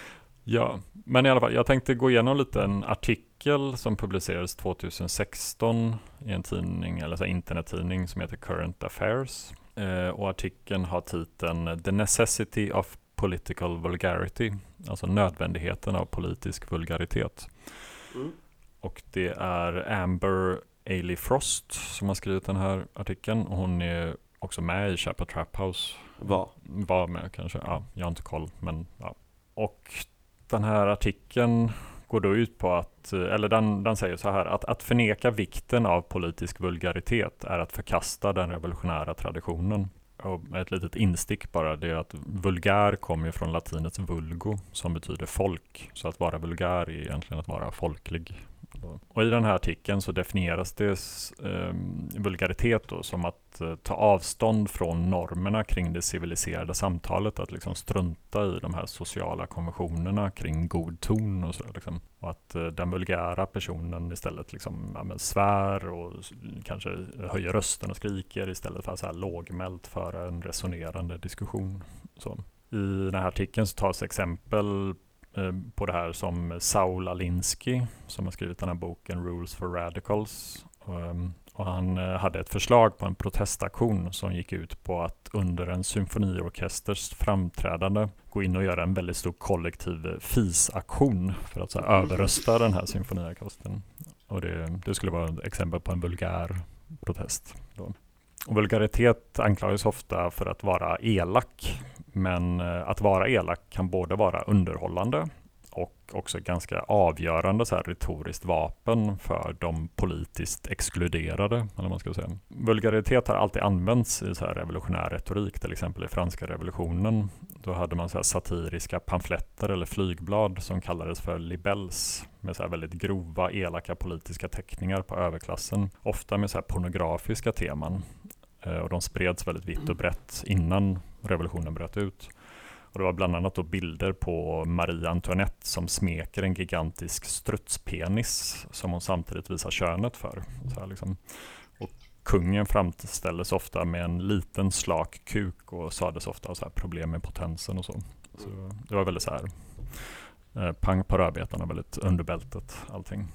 Ja, men i alla fall, jag tänkte gå igenom lite en artikel som publicerades tjugohundrasexton i en tidning, eller så internettidning som heter Current Affairs. Eh, och artikeln har titeln The Necessity of Political Vulgarity, alltså nödvändigheten av politisk vulgaritet. Mm. Och det är Amber Ailey Frost som har skrivit den här artikeln, och hon är också med i Chapo Trap House. Var? Var med kanske, ja, jag har inte koll, men ja. Och den här artikeln går då ut på att, eller den, den säger så här, att att förneka vikten av politisk vulgaritet är att förkasta den revolutionära traditionen. Och ett litet instick bara, det är att vulgär kommer från latinets vulgo som betyder folk. Så att vara vulgär är egentligen att vara folklig. Och i den här artikeln så definieras det eh, vulgaritet då, som att eh, ta avstånd från normerna kring det civiliserade samtalet, att liksom strunta i de här sociala konventionerna kring god ton och så liksom. Och att eh, den vulgära personen istället liksom, ja, men svär och kanske höjer rösten och skriker istället för att så här lågmält föra en resonerande diskussion. Så. I den här artikeln så tas exempel på det här som Saul Alinsky som har skrivit den här boken Rules for Radicals, och han hade ett förslag på en protestaktion som gick ut på att under en symfoniorkesters framträdande gå in och göra en väldigt stor kollektiv fisaktion för att så här överrösta den här symfoniorkestern, och det, det skulle vara ett exempel på en vulgär protest då. Och vulgaritet anklagas ofta för att vara elak, men att vara elak kan både vara underhållande och också ganska avgörande så här retoriskt vapen för de politiskt exkluderade, eller vad man ska säga. Vulgaritet har alltid använts i så här revolutionär retorik, till exempel i franska revolutionen. Då hade man så här satiriska pamfletter eller flygblad som kallades för libelles, med så här väldigt grova, elaka politiska teckningar på överklassen, ofta med så här pornografiska teman. Och de spreds väldigt vitt och brett innan revolutionen bröt ut. Och det var bland annat då bilder på Marie Antoinette som smeker en gigantisk strutspenis som hon samtidigt visar könet för. Så här liksom. Och kungen framställdes ofta med en liten slak kuk och sades ofta ha så här problem med potensen och så. Så det var väldigt så här eh, pang på rödbetarna, väldigt underbältet allting.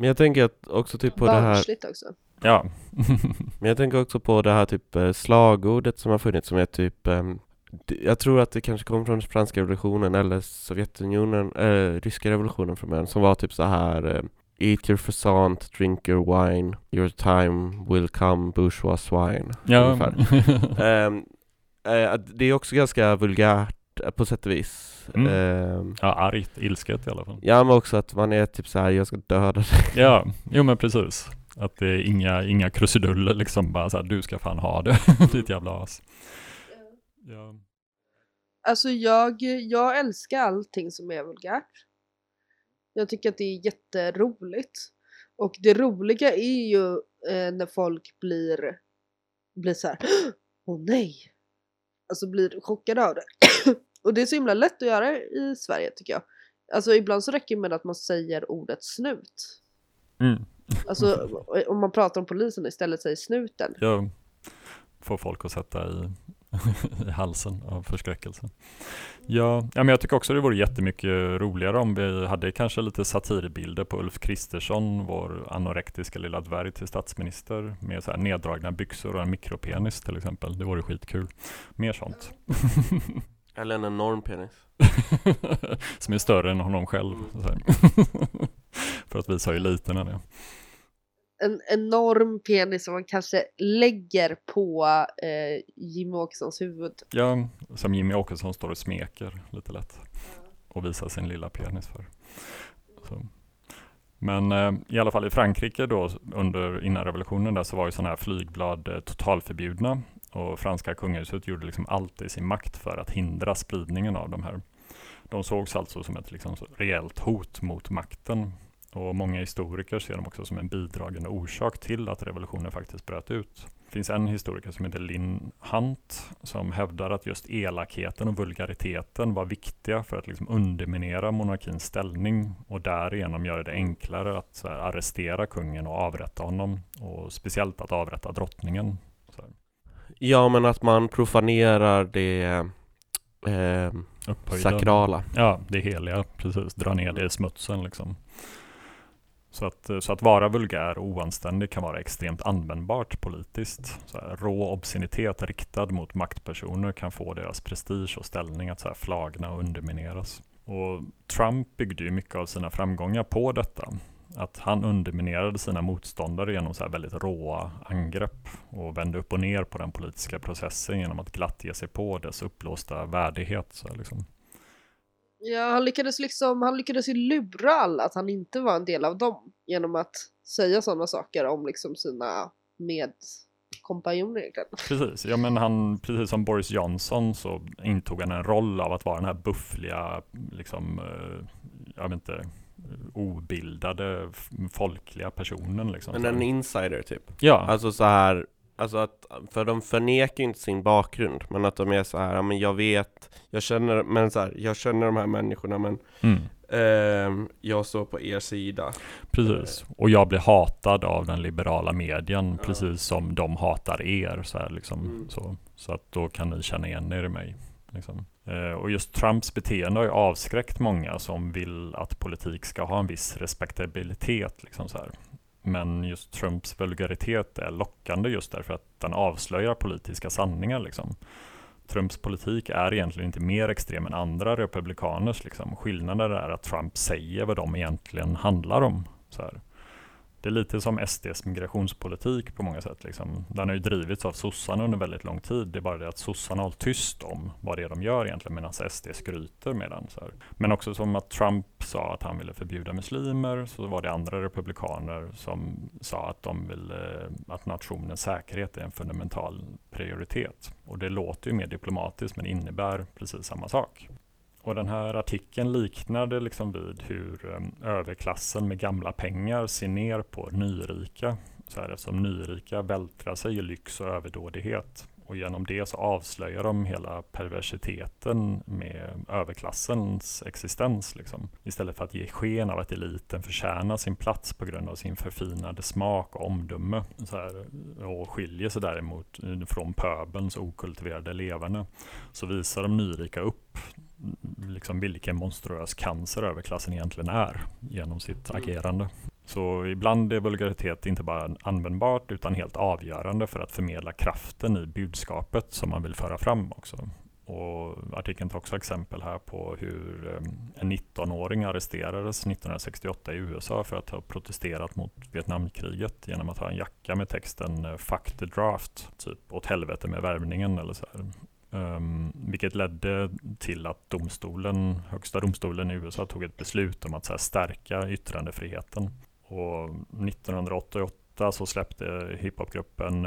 Men jag tänker att också typ på det här... Barnsligt också. Ja. Men jag tänker också på det här typ eh, slagordet som har funnits som är typ... Eh, jag tror att det kanske kom från franska revolutionen eller Sovjetunionen, eh, ryska revolutionen från början, som var typ så här... Eh, Eat your croissant, drink your wine, your time will come, bourgeois swine. Ja. um, uh, det är också ganska vulgärt uh, på sätt och vis. Mm. Um, ja, argt, ilsket i alla fall. Ja, men också att man är typ så här, jag ska döda dig. Ja, jo men precis. Att det är inga, inga krusiduller liksom, bara så här, du ska fan ha det, ditt jävla as. Ja. Alltså jag, jag älskar allting som är vulgärt. Jag tycker att det är jätteroligt. Och det roliga är ju eh, när folk blir, blir så här, åh nej. Alltså blir chockade av det. Och det är så himla lätt att göra i Sverige tycker jag. Alltså ibland så räcker det med att man säger ordet snut. Mm. Alltså om man pratar om polisen istället säger snuten. Ja, får folk att sätta i, i halsen av förskräckelse. Ja, ja, men jag tycker också det vore jättemycket roligare om vi hade kanske lite satirbilder på Ulf Kristersson, vår anorektiska lilla dvärg till statsminister, med så här neddragna byxor och en mikropenis till exempel. Det vore skitkul. Mer sånt. Eller en enorm penis. Som är större än honom själv. Så här. För att visa hur liten han är. En enorm penis som man kanske lägger på eh, Jimmy Åkessons huvud. Ja, som Jimmy Åkesson står och smeker lite lätt. Och visar sin lilla penis för. Så. Men eh, i alla fall i Frankrike då, under, innan revolutionen där, så var ju sådana här flygblad eh, totalförbjudna. Och franska kungahuset gjorde liksom allt i sin makt för att hindra spridningen av de här. De sågs alltså som ett liksom, rejält hot mot makten. Och många historiker ser dem också som en bidragande orsak till att revolutionen faktiskt bröt ut. Det finns en historiker som heter Lynn Hunt som hävdar att just elakheten och vulgariteten var viktiga för att liksom underminera monarkins ställning och därigenom göra det enklare att så här, arrestera kungen och avrätta honom. Och speciellt att avrätta drottningen. Så här. Ja, men att man profanerar det eh, sakrala. Ja, det heliga, precis. Dra ner det i smutsen liksom. Så att, så att vara vulgär och oanständig kan vara extremt användbart politiskt. Så här, rå obscenitet riktad mot maktpersoner kan få deras prestige och ställning att så här, flagna och undermineras. Och Trump byggde ju mycket av sina framgångar på detta. Att han underminerade sina motståndare genom så här väldigt råa angrepp och vände upp och ner på den politiska processen genom att glatt ge sig på dess upplåsta värdighet. Så här, liksom. Ja, han lyckades liksom, han lyckades ju lura alla att han inte var en del av dem genom att säga sådana saker om liksom sina medkompanjoner egentligen. Precis, ja men han, precis som Boris Johnson så intog han en roll av att vara den här buffliga, liksom, jag vet inte, obildade folkliga personen liksom. Men en insider typ. Ja. Alltså så här, alltså att, för de förnekar inte sin bakgrund, men att de är så här, ja, men jag vet, jag känner, men så här, jag känner de här människorna, men mm. eh, jag står på er sida. Precis, och jag blir hatad av den liberala medien, ja. Precis som de hatar er, så här liksom, mm. så, så att då kan ni känna igen er i mig. Liksom. Eh, och just Trumps beteende har ju avskräckt många som vill att politik ska ha en viss respektabilitet, liksom så här. Men just Trumps vulgaritet är lockande just därför att den avslöjar politiska sanningar. Liksom. Trumps politik är egentligen inte mer extrem än andra republikaners. Liksom. Skillnaden är att Trump säger vad de egentligen handlar om. Så här. Det är lite som S D:s migrationspolitik på många sätt. Liksom. Den har ju drivits av sossarna under väldigt lång tid. Det är bara det att sossarna håller tyst om vad det är de gör egentligen medan S D skryter med den. Så här. Men också som att Trump sa att han ville förbjuda muslimer, så var det andra republikaner som sa att de ville att nationens säkerhet är en fundamental prioritet. Och det låter ju mer diplomatiskt men innebär precis samma sak. Och den här artikeln liknade liksom vid hur um, överklassen med gamla pengar ser ner på nyrika. Så här, eftersom nyrika vältrar sig i lyx och överdådighet. Och genom det så avslöjar de hela perversiteten med överklassens existens. Liksom. Istället för att ge sken av att eliten förtjänar sin plats på grund av sin förfinade smak och omdöme. Så här, och skiljer sig däremot från pöbelns okultiverade levande. Så visar de nyrika upp liksom vilken monstruös cancer överklassen egentligen är genom sitt agerande. Så ibland är vulgaritet inte bara användbart utan helt avgörande för att förmedla kraften i budskapet som man vill föra fram också. Och artikeln tar också exempel här på hur en nittonåring arresterades nittonhundrasextioåtta i U S A för att ha protesterat mot Vietnamkriget genom att ha en jacka med texten "Fuck the draft", typ "åt helvete med värvningen" eller så här. Um, vilket ledde till att domstolen, högsta domstolen i U S A tog ett beslut om att så här, stärka yttrandefriheten. Och nittonhundraåttioåtta så släppte hiphopgruppen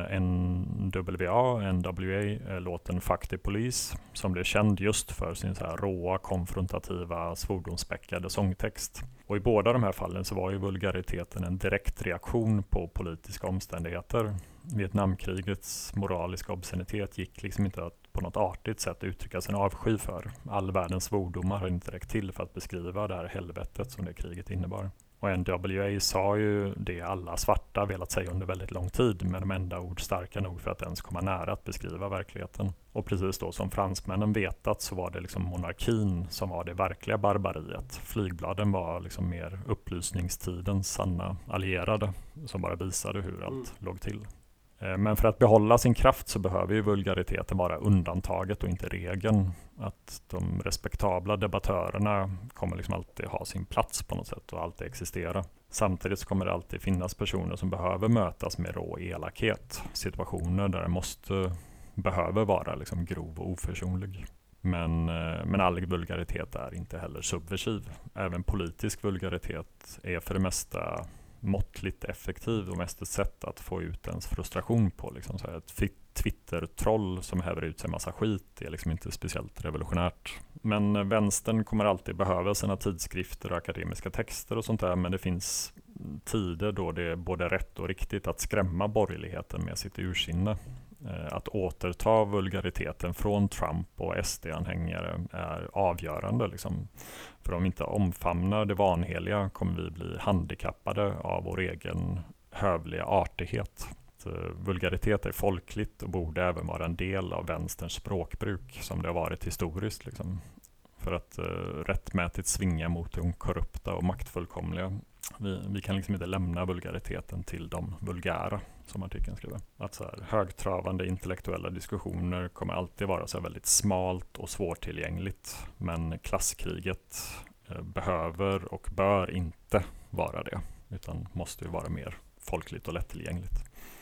N W A, N W A låten "Fuck the Police", som blev känd just för sin så här råa, konfrontativa, svordomsspäckade sångtext. Och i båda de här fallen så var ju vulgariteten en direkt reaktion på politiska omständigheter. Vietnamkrigets moraliska obscenitet gick liksom inte att på något artigt sätt uttrycka sin avsky för. All världens svordomar har inte räckt till för att beskriva det här helvetet som det kriget innebar. Och N W A sa ju det alla svarta velat säga under väldigt lång tid, med de enda ord starka nog för att ens komma nära att beskriva verkligheten. Och precis då som fransmännen vetat så var det liksom monarkin som var det verkliga barbariet. Flygbladen var liksom mer upplysningstidens sanna allierade som bara visade hur allt mm. låg till. Men för att behålla sin kraft så behöver ju vulgariteten vara undantaget och inte regeln. Att de respektabla debattörerna kommer liksom alltid ha sin plats på något sätt och alltid existera. Samtidigt så kommer det alltid finnas personer som behöver mötas med rå elakhet. Situationer där det måste, behöver vara liksom grov och oförsonlig. Men, men all vulgaritet är inte heller subversiv. Även politisk vulgaritet är för det mesta måttligt effektiv och mest ett sätt att få ut ens frustration på. Liksom så här ett Twitter-troll som häver ut sig massa skit är liksom inte speciellt revolutionärt. Men vänstern kommer alltid behöva sina tidskrifter och akademiska texter och sånt där, men det finns tider då det är både rätt och riktigt att skrämma borgerligheten med sitt ursinne. Att återta vulgariteten från Trump och S D-anhängare är avgörande. Liksom. För om vi inte omfamnar det vanheliga kommer vi bli handikappade av vår egen hövliga artighet. Så vulgaritet är folkligt och borde även vara en del av vänsterns språkbruk som det har varit historiskt. Liksom. För att uh, rättmätigt svinga mot de korrupta och maktfullkomliga. Vi, vi kan liksom inte lämna vulgariteten till de vulgära, som artikeln skriver. Att så här, högtravande intellektuella diskussioner kommer alltid vara så här väldigt smalt och svårtillgängligt. Men klasskriget eh, behöver och bör inte vara det, utan måste ju vara mer folkligt och lättillgängligt.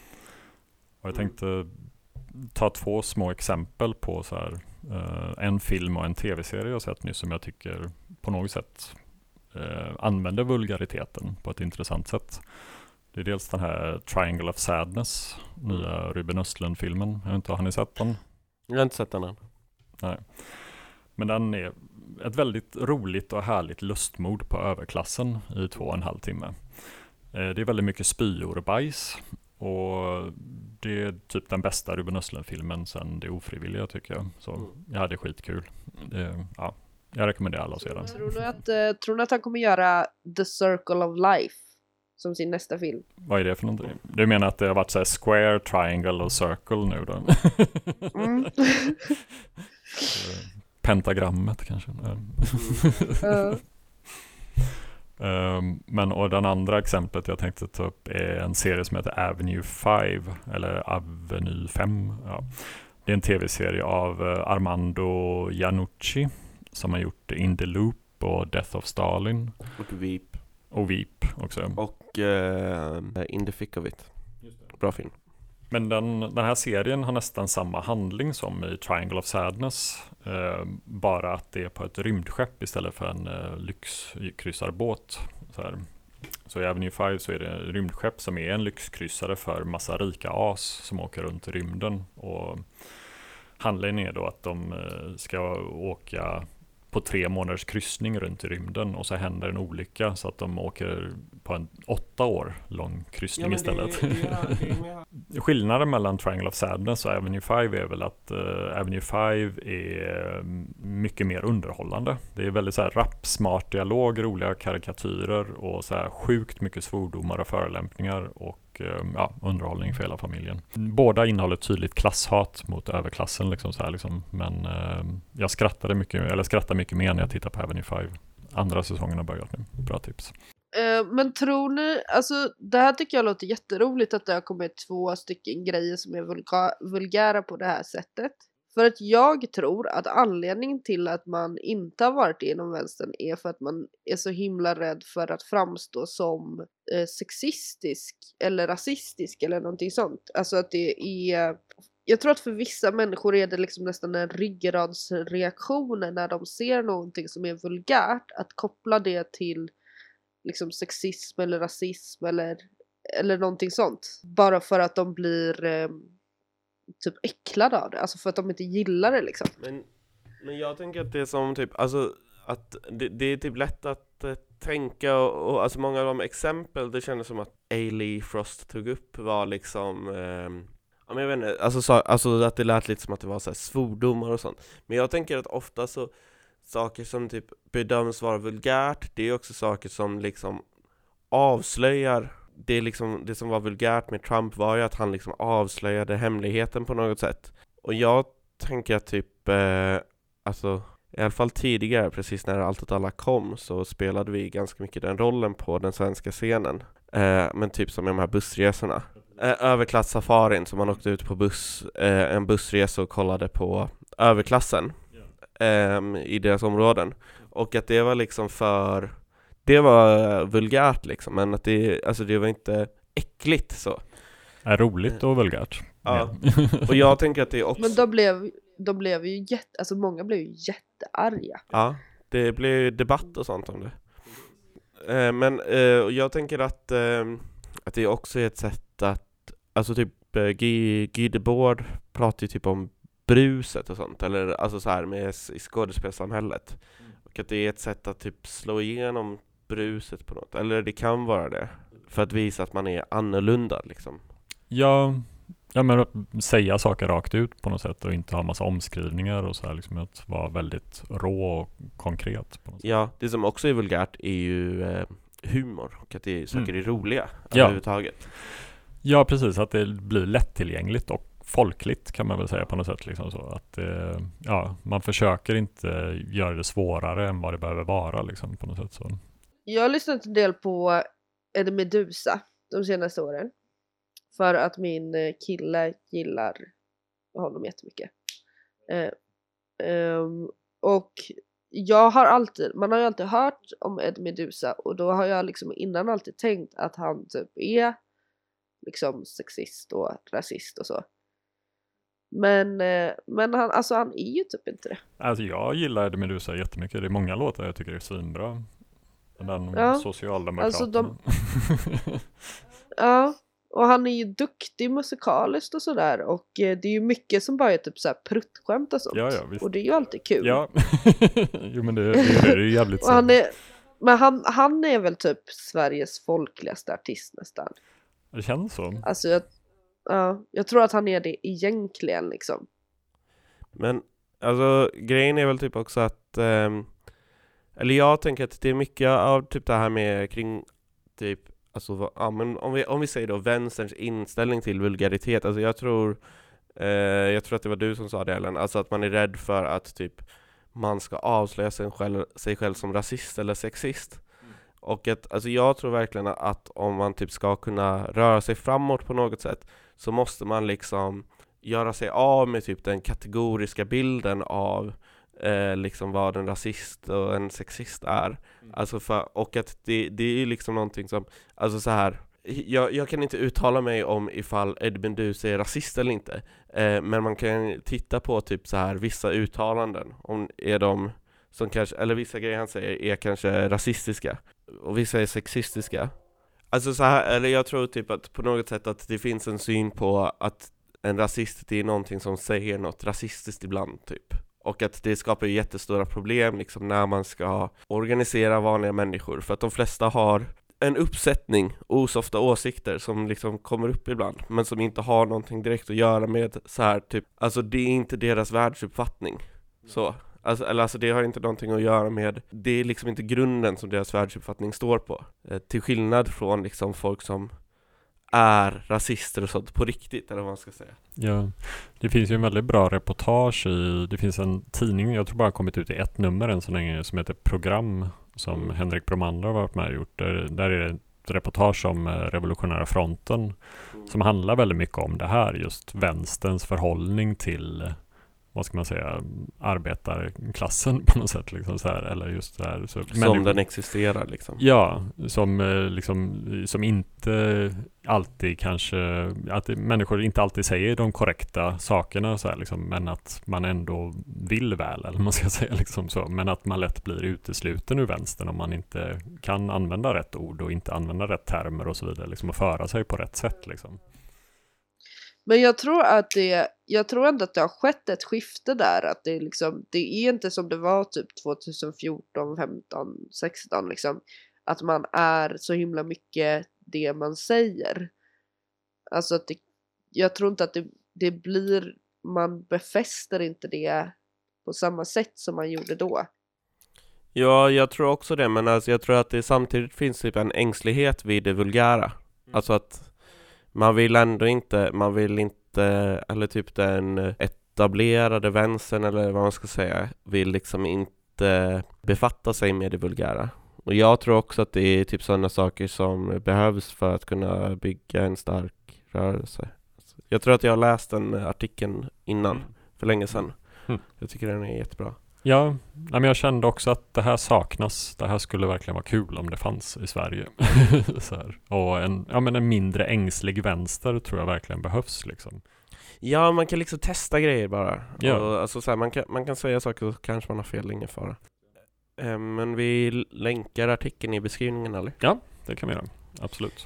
Och jag tänkte ta två små exempel på så här, eh, en film och en tv-serie jag sett nu som jag tycker på något sätt eh, använder vulgariteten på ett intressant sätt. Det är dels den här Triangle of Sadness, nya Ruben Östlund-filmen. Jag vet inte, har ni sett den? Jag har inte sett den än. Nej. Men den är ett väldigt roligt och härligt lustmord på överklassen i två och en halv timme. Eh, det är väldigt mycket spyor och bajs. Och det är typ den bästa Ruben Östlund-filmen sen Det ofrivilliga tycker jag. Så mm. jag hade skitkul. Det, ja, jag rekommenderar alla att se den. Tror du att, uh, tror ni att han kommer göra The Circle of Life som sin nästa film? Vad är det för någonting? Du menar att det har varit så här square, triangle och circle nu då? Mm. Pentagrammet kanske. uh. Um, men och den andra exemplet jag tänkte ta upp är en serie som heter Avenue fem eller Avenue fem. Ja. Det är en tv-serie av uh, Armando Iannucci som har gjort In the Loop och Death of Stalin. Och Veep. Och Veep också. Och uh, In the Thick of It. Bra film. Men den, den här serien har nästan samma handling som i Triangle of Sadness. Eh, bara att det är på ett rymdskepp istället för en eh, lyxkryssarbåt. Så, här. Så i Avenue fem så är det en rymdskepp som är en lyxkryssare för massa rika as som åker runt i rymden. Och handlingen är då att de eh, ska åka på tre månaders kryssning runt i rymden och så händer en olycka så att de åker på en åtta år lång kryssning ja, istället. Det, det, det, Skillnaden mellan Triangle of Sadness och Avenue fem är väl att uh, Avenue fem är mycket mer underhållande. Det är väldigt så här rapp, smart dialog, roliga karikatyrer och så här sjukt mycket svordomar och förolämpningar och ja, underhållning för hela familjen. Båda innehåller tydligt klasshat mot överklassen liksom så här, liksom. Men eh, jag skrattade mycket eller skrattar mycket mer när jag tittar på Avenue fem. Andra säsongen har börjat nu. Bra tips. Eh, men tror ni, alltså det här tycker jag låter jätteroligt att det har kommit två stycken grejer som är vulga- vulgära på det här sättet. För att jag tror att anledningen till att man inte har varit inom vänstern är för att man är så himla rädd för att framstå som eh, sexistisk eller rasistisk eller någonting sånt. Alltså att det är, jag tror att för vissa människor är det liksom nästan en ryggradsreaktion när de ser någonting som är vulgärt, att koppla det till liksom sexism eller rasism eller, eller någonting sånt. Bara för att de blir eh, typ äcklade av det. Alltså för att de inte gillar det liksom. Men, men jag tänker att det är som typ, alltså att det, det är typ lätt att eh, tänka och, och alltså många av de exempel det kändes som att Ailey Frost tog upp var liksom eh, ja, men jag vet inte, alltså, så, alltså att det lät lite som att det var så här svordomar och sånt. Men jag tänker att ofta så saker som typ bedöms vara vulgärt, det är också saker som liksom avslöjar det, är liksom, det som var vulgärt med Trump var ju att han liksom avslöjade hemligheten på något sätt. Och jag tänker att typ eh, alltså i alla fall tidigare, precis när Allt åt alla kom, så spelade vi ganska mycket den rollen på den svenska scenen. Eh, men typ som de här bussresorna. Eh, överklass-safarin som man åkte ut på buss, eh, en bussresa och kollade på överklassen eh, i deras områden. Och att det var liksom för... Det var vulgärt liksom, men att det, alltså det var inte äckligt så. Är roligt och vulgärt. Ja. Och jag tänker att det är också... Men då blev, då blev ju jätte, alltså många blev ju jättearga. Ja, det blev debatt och sånt om det. Eh, men eh, jag tänker att, eh, att det också är ett sätt att, alltså typ eh, Guy, Guy Debord pratar ju typ om bruset och sånt, eller alltså så här med i skådespelsamhället. Mm. Och att det är ett sätt att typ slå igenom bruset på något, eller det kan vara det, för att visa att man är annorlunda liksom. Ja, ja men att säga saker rakt ut på något sätt och inte ha massa omskrivningar och så här liksom, att vara väldigt rå och konkret på något sätt. Ja, det som också är vulgärt är ju eh, humor och att det är saker Mm. är roliga Ja. överhuvudtaget. Ja, precis, att det blir lättillgängligt och folkligt kan man väl säga på något sätt liksom, så att eh, ja, man försöker inte göra det svårare än vad det behöver vara liksom, på något sätt så. Jag har lyssnat en del på Eddie Meduza de senaste åren. För att min kille gillar honom jättemycket. Eh, um, och jag har alltid, man har ju alltid hört om Eddie Meduza. Och då har jag liksom innan alltid tänkt att han typ är liksom sexist och rasist och så. Men, eh, men han, alltså han är ju typ inte det. Alltså jag gillar Eddie Meduza jättemycket. Det är många låtar jag tycker är svinbra. Den Ja, socialdemokraten. alltså de... Ja, och han är ju duktig musikaliskt och sådär. Och eh, det är ju mycket som bara är typ såhär pruttskämt och sånt. Ja, ja, visst. Och det är ju alltid kul. Ja, jo men det, det, det är ju jävligt och han är, men han, han är väl typ Sveriges folkligaste artist nästan. Det känns så. Alltså jag, ja, jag tror att han är det egentligen liksom. Men alltså grejen är väl typ också att ehm, eller jag tänker att det är mycket av typ det här med kring typ alltså, ja, men om vi, om vi säger då vänsterns inställning till vulgaritet, alltså jag tror eh, jag tror att det var du som sa det, Ellen, alltså att man är rädd för att typ man ska avslöja sig själv, sig själv som rasist eller sexist. Mm. Och att, alltså jag tror verkligen att om man typ ska kunna röra sig framåt på något sätt så måste man liksom göra sig av med typ den kategoriska bilden av Eh, liksom vad en rasist och en sexist är. Mm. Alltså för, och att det, det är ju liksom någonting som, alltså så här, jag, jag kan inte uttala mig om ifall Eddie Meduza är rasist eller inte, eh, men man kan titta på typ så här vissa uttalanden, om är de som kanske, eller vissa grejer han säger är kanske rasistiska och vissa är sexistiska. Alltså så här, eller jag tror typ att på något sätt att det finns en syn på att en rasist, det är någonting som säger något rasistiskt ibland typ. Och att det skapar ju jättestora problem liksom, när man ska organisera vanliga människor. För att de flesta har en uppsättning osofta åsikter som liksom kommer upp ibland. Men som inte har någonting direkt att göra med så här typ. Alltså det är inte deras världsuppfattning. Så. Alltså, eller alltså det har inte någonting att göra med. Det är liksom inte grunden som deras världsuppfattning står på. Eh, till skillnad från liksom folk som är rasister och sånt på riktigt, eller vad man ska säga. Ja, det finns ju en väldigt bra reportage i, det finns en tidning, jag tror bara har kommit ut i ett nummer än så länge, som heter Program, som mm. Henrik Bromander har varit med och gjort. Där, där är det ett reportage om Revolutionära fronten mm. som handlar väldigt mycket om det här, just vänsterns förhållning till, vad ska man säga, arbetarklassen på något sätt liksom så här, eller just så här så som människor, den existerar liksom. Ja, som liksom som inte alltid kanske att människor inte alltid säger de korrekta sakerna så här liksom, men att man ändå vill väl, eller man ska säga liksom så, men att man lätt blir utesluten ur vänstern om man inte kan använda rätt ord och inte använda rätt termer och så vidare liksom, och föra sig på rätt sätt liksom. Men jag tror att det, jag tror ändå att det har skett ett skifte där, att det liksom, det är inte som det var typ tjugohundrafjorton, femton, sexton liksom, att man är så himla mycket det man säger. Alltså att det, jag tror inte att det, det blir, man befäster inte det på samma sätt som man gjorde då. Ja, jag tror också det, men alltså jag tror att det samtidigt finns typ en ängslighet vid det vulgära. Mm. Alltså att man vill ändå inte, man vill inte, eller typ den etablerade vänstern eller vad man ska säga, vill liksom inte befatta sig med det vulgära. Och jag tror också att det är typ sådana saker som behövs för att kunna bygga en stark rörelse. Jag tror att jag har läst den artikeln innan, för länge sedan. Mm. Jag tycker den är jättebra. Ja, men jag kände också att det här saknas. Det här skulle verkligen vara kul om det fanns i Sverige. Så här. Och en, ja, men en mindre ängslig vänster tror jag verkligen behövs. Liksom. Ja, man kan liksom testa grejer bara. Ja. Och, alltså, så här, man, kan, man kan säga saker och kanske man har fel, ingen fara. Eh, men vi länkar artikeln i beskrivningen, eller? Ja, det kan vi göra. Absolut.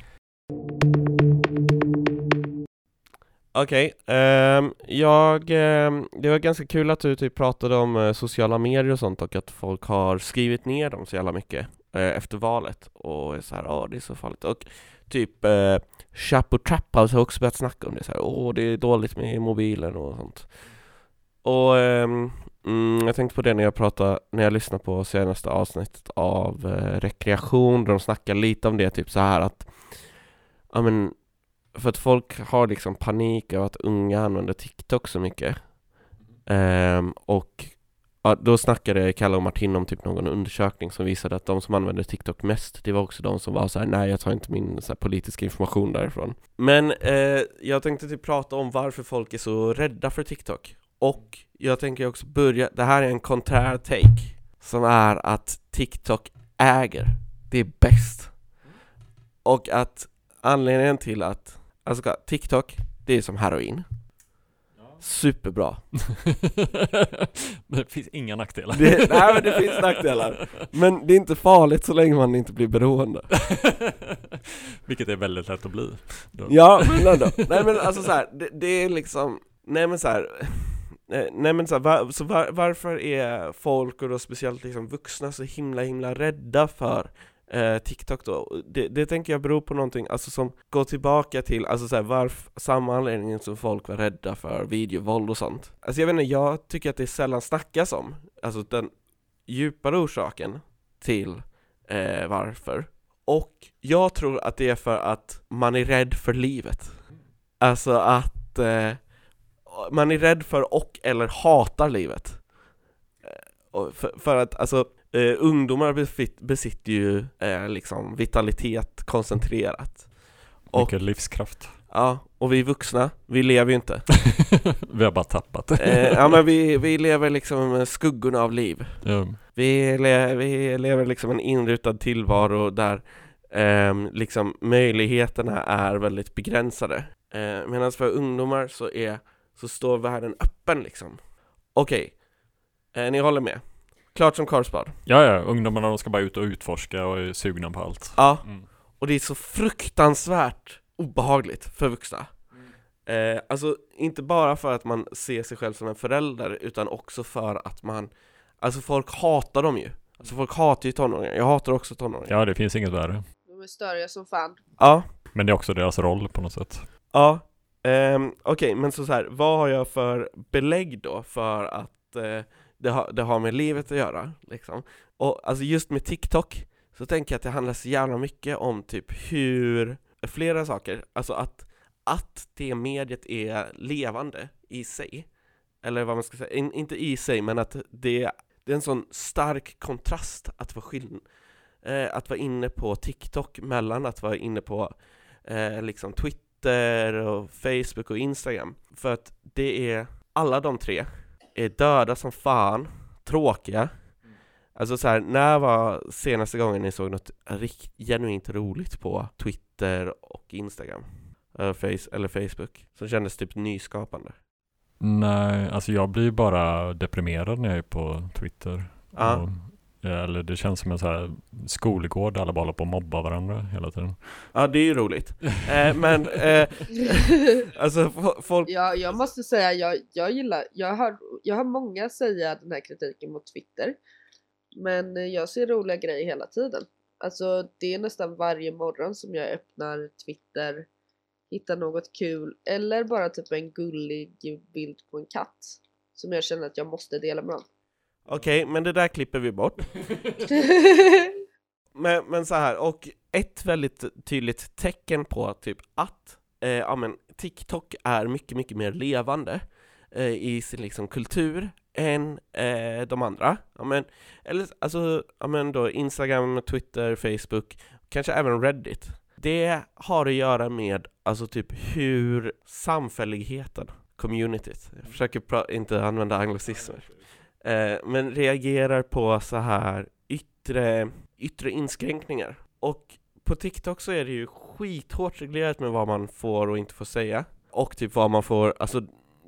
Okej, okay, um, jag, um, det var ganska kul att du typ pratade om uh, sociala medier och sånt, och att folk har skrivit ner dem så jävla mycket uh, efter valet och så här, ja oh, det är så farligt, och typ uh, Chapo Trap har också börjat snacka om det så här, åh oh, det är dåligt med mobilen och sånt. Och um, mm, jag tänkte på det när jag pratade, när jag lyssnade på senaste avsnittet av uh, Rekreation, där de snackar lite om det, typ så här att ja men för att folk har liksom panik över att unga använder TikTok så mycket. Um, och ja, då snackade Kalle och Martin om typ någon undersökning som visade att de som använder TikTok mest, det var också de som var så här: nej jag tar inte min så här, politiska information därifrån. Men eh, jag tänkte typ prata om varför folk är så rädda för TikTok. Och jag tänker också börja, det här är en konträr take, som är att TikTok äger, det är bäst. Och att anledningen till att alltså TikTok, det är som heroin. Superbra. Det finns inga nackdelar. Det, nej, men det finns nackdelar. Men det är inte farligt så länge man inte blir beroende. Vilket är väldigt lätt att bli. Då. Ja, men ändå. Nej men alltså så här, det, det är liksom, nej men så här, nej men så här, var, så var, varför är folk och då speciellt liksom vuxna så himla himla rädda för Eh, TikTok då? Det, det tänker jag beror på någonting alltså som går tillbaka till alltså så här, varf, samma anledning som folk var rädda för videovåld och sånt. Alltså jag vet inte, jag tycker att det sällan snackas om alltså den djupare orsaken till eh, varför. Och jag tror att det är för att man är rädd för livet. Alltså att eh, man är rädd för och eller hatar livet. Eh, och för, för att alltså Uh, ungdomar besitt, besitter ju uh, liksom vitalitet koncentrerat. Och, mycket livskraft. Ja, och vi vuxna, vi lever ju inte. Vi har bara tappat. uh, ja, men vi, vi lever liksom med skuggorna av liv. Ja. Vi, le, vi lever liksom en inrutad tillvaro där um, liksom möjligheterna är väldigt begränsade. Uh, medan för ungdomar så, är, så står världen öppen liksom. Okej, okay. uh, ni håller med? Klart som korvspad. Ja, ja. Ungdomarna de ska bara ut och utforska och är sugna på allt. Ja, mm. och det är så fruktansvärt obehagligt för vuxna. Mm. Eh, alltså, inte bara för att man ser sig själv som en förälder, utan också för att man... Alltså, folk hatar dem ju. Alltså, folk hatar ju tonåringar. Jag hatar också tonåringar. Ja, det finns inget värre. De är störiga som fan. Ja. Men det är också deras roll på något sätt. Ja. Eh, Okej, okay, men så, så här, vad har jag för belägg då för att... Eh, Det har, det har med livet att göra liksom. Och alltså just med TikTok så tänker jag att det handlar så jävla mycket om typ hur flera saker, alltså att, att det mediet är levande i sig, eller vad man ska säga, In, inte i sig men att det, Det är en sån stark kontrast att vara skill- eh, att vara inne på TikTok mellan att vara inne på eh, liksom Twitter och Facebook och Instagram. För att det är, alla de tre är döda som fan, tråkiga. Alltså så här, när var senaste gången ni såg något rikt, genuint roligt på Twitter och Instagram? Eller, face, eller Facebook? Som kändes typ nyskapande. Nej, alltså jag blir bara deprimerad när jag är på Twitter. Ja. Och, eller det känns som en så här skolgård där alla bara håller på att mobba varandra hela tiden. Ja, det är ju roligt. eh, men eh, alltså f- folk... Ja, jag måste säga, jag, jag gillar, jag har, jag har många säga den här kritiken mot Twitter. Men jag ser roliga grejer hela tiden. Alltså det är nästan varje morgon som jag öppnar Twitter, hittar något kul eller bara typ en gullig bild på en katt som jag känner att jag måste dela med dem. Okej, okay, men det där klipper vi bort. men, men så här, och ett väldigt tydligt tecken på typ att eh, ja, men TikTok är mycket, mycket mer levande eh, i sin liksom kultur än eh, de andra. Ja, men, eller alltså, ja, men då Instagram, Twitter, Facebook, kanske även Reddit. Det har att göra med alltså typ hur samfälligheten, communityt, jag försöker pra- inte använda anglicismer, eh, men reagerar på så här yttre, yttre inskränkningar. Och på TikTok så är det ju skithårt reglerat med vad man får och inte får säga. Och typ vad man får, alltså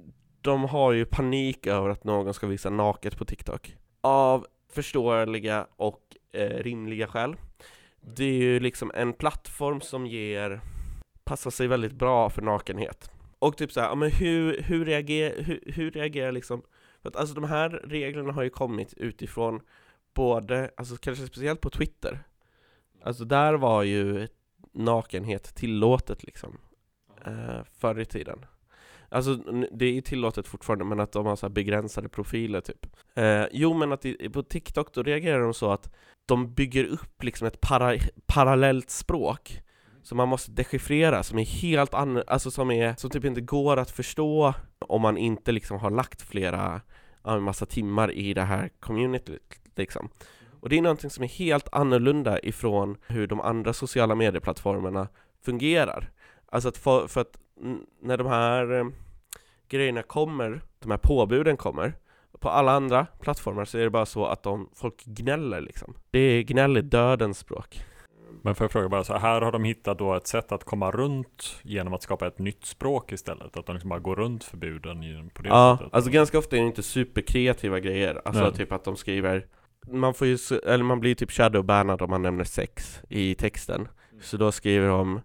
de har ju panik över att någon ska visa naket på TikTok. Av förståeliga och eh, rimliga skäl. Det är ju liksom en plattform som ger, passar sig väldigt bra för nakenhet. Och typ så här, ja, men hur, hur, reagerar, hur, hur reagerar liksom, för att alltså de här reglerna har ju kommit utifrån både, alltså kanske speciellt på Twitter. Alltså där var ju nakenhet tillåtet liksom eh, förr i tiden. Alltså det är tillåtet fortfarande, men att de har så här begränsade profiler typ. Eh, jo, men att i, på TikTok då reagerar de så att de bygger upp liksom ett para, parallellt språk som man måste dechiffrera, som är helt annorlunda, alltså som är som typ inte går att förstå om man inte liksom har lagt flera en massa timmar i det här communityt liksom. Och det är någonting som är helt annorlunda ifrån hur de andra sociala medieplattformarna fungerar. Alltså att för, för att n- när de här eh, grejerna kommer, de här påbuden kommer, på alla andra plattformar så är det bara så att de, folk gnäller liksom. Det är gnäll i dödens språk. Men får jag fråga bara, så här har de hittat då ett sätt att komma runt genom att skapa ett nytt språk istället? Att de liksom bara går runt förbuden på det ja, sättet? Alltså ganska ofta är det inte superkreativa grejer. Alltså Nej. Typ att de skriver, man får ju, eller man blir typ shadowbannad om man nämner sex i texten. Mm. Så då skriver de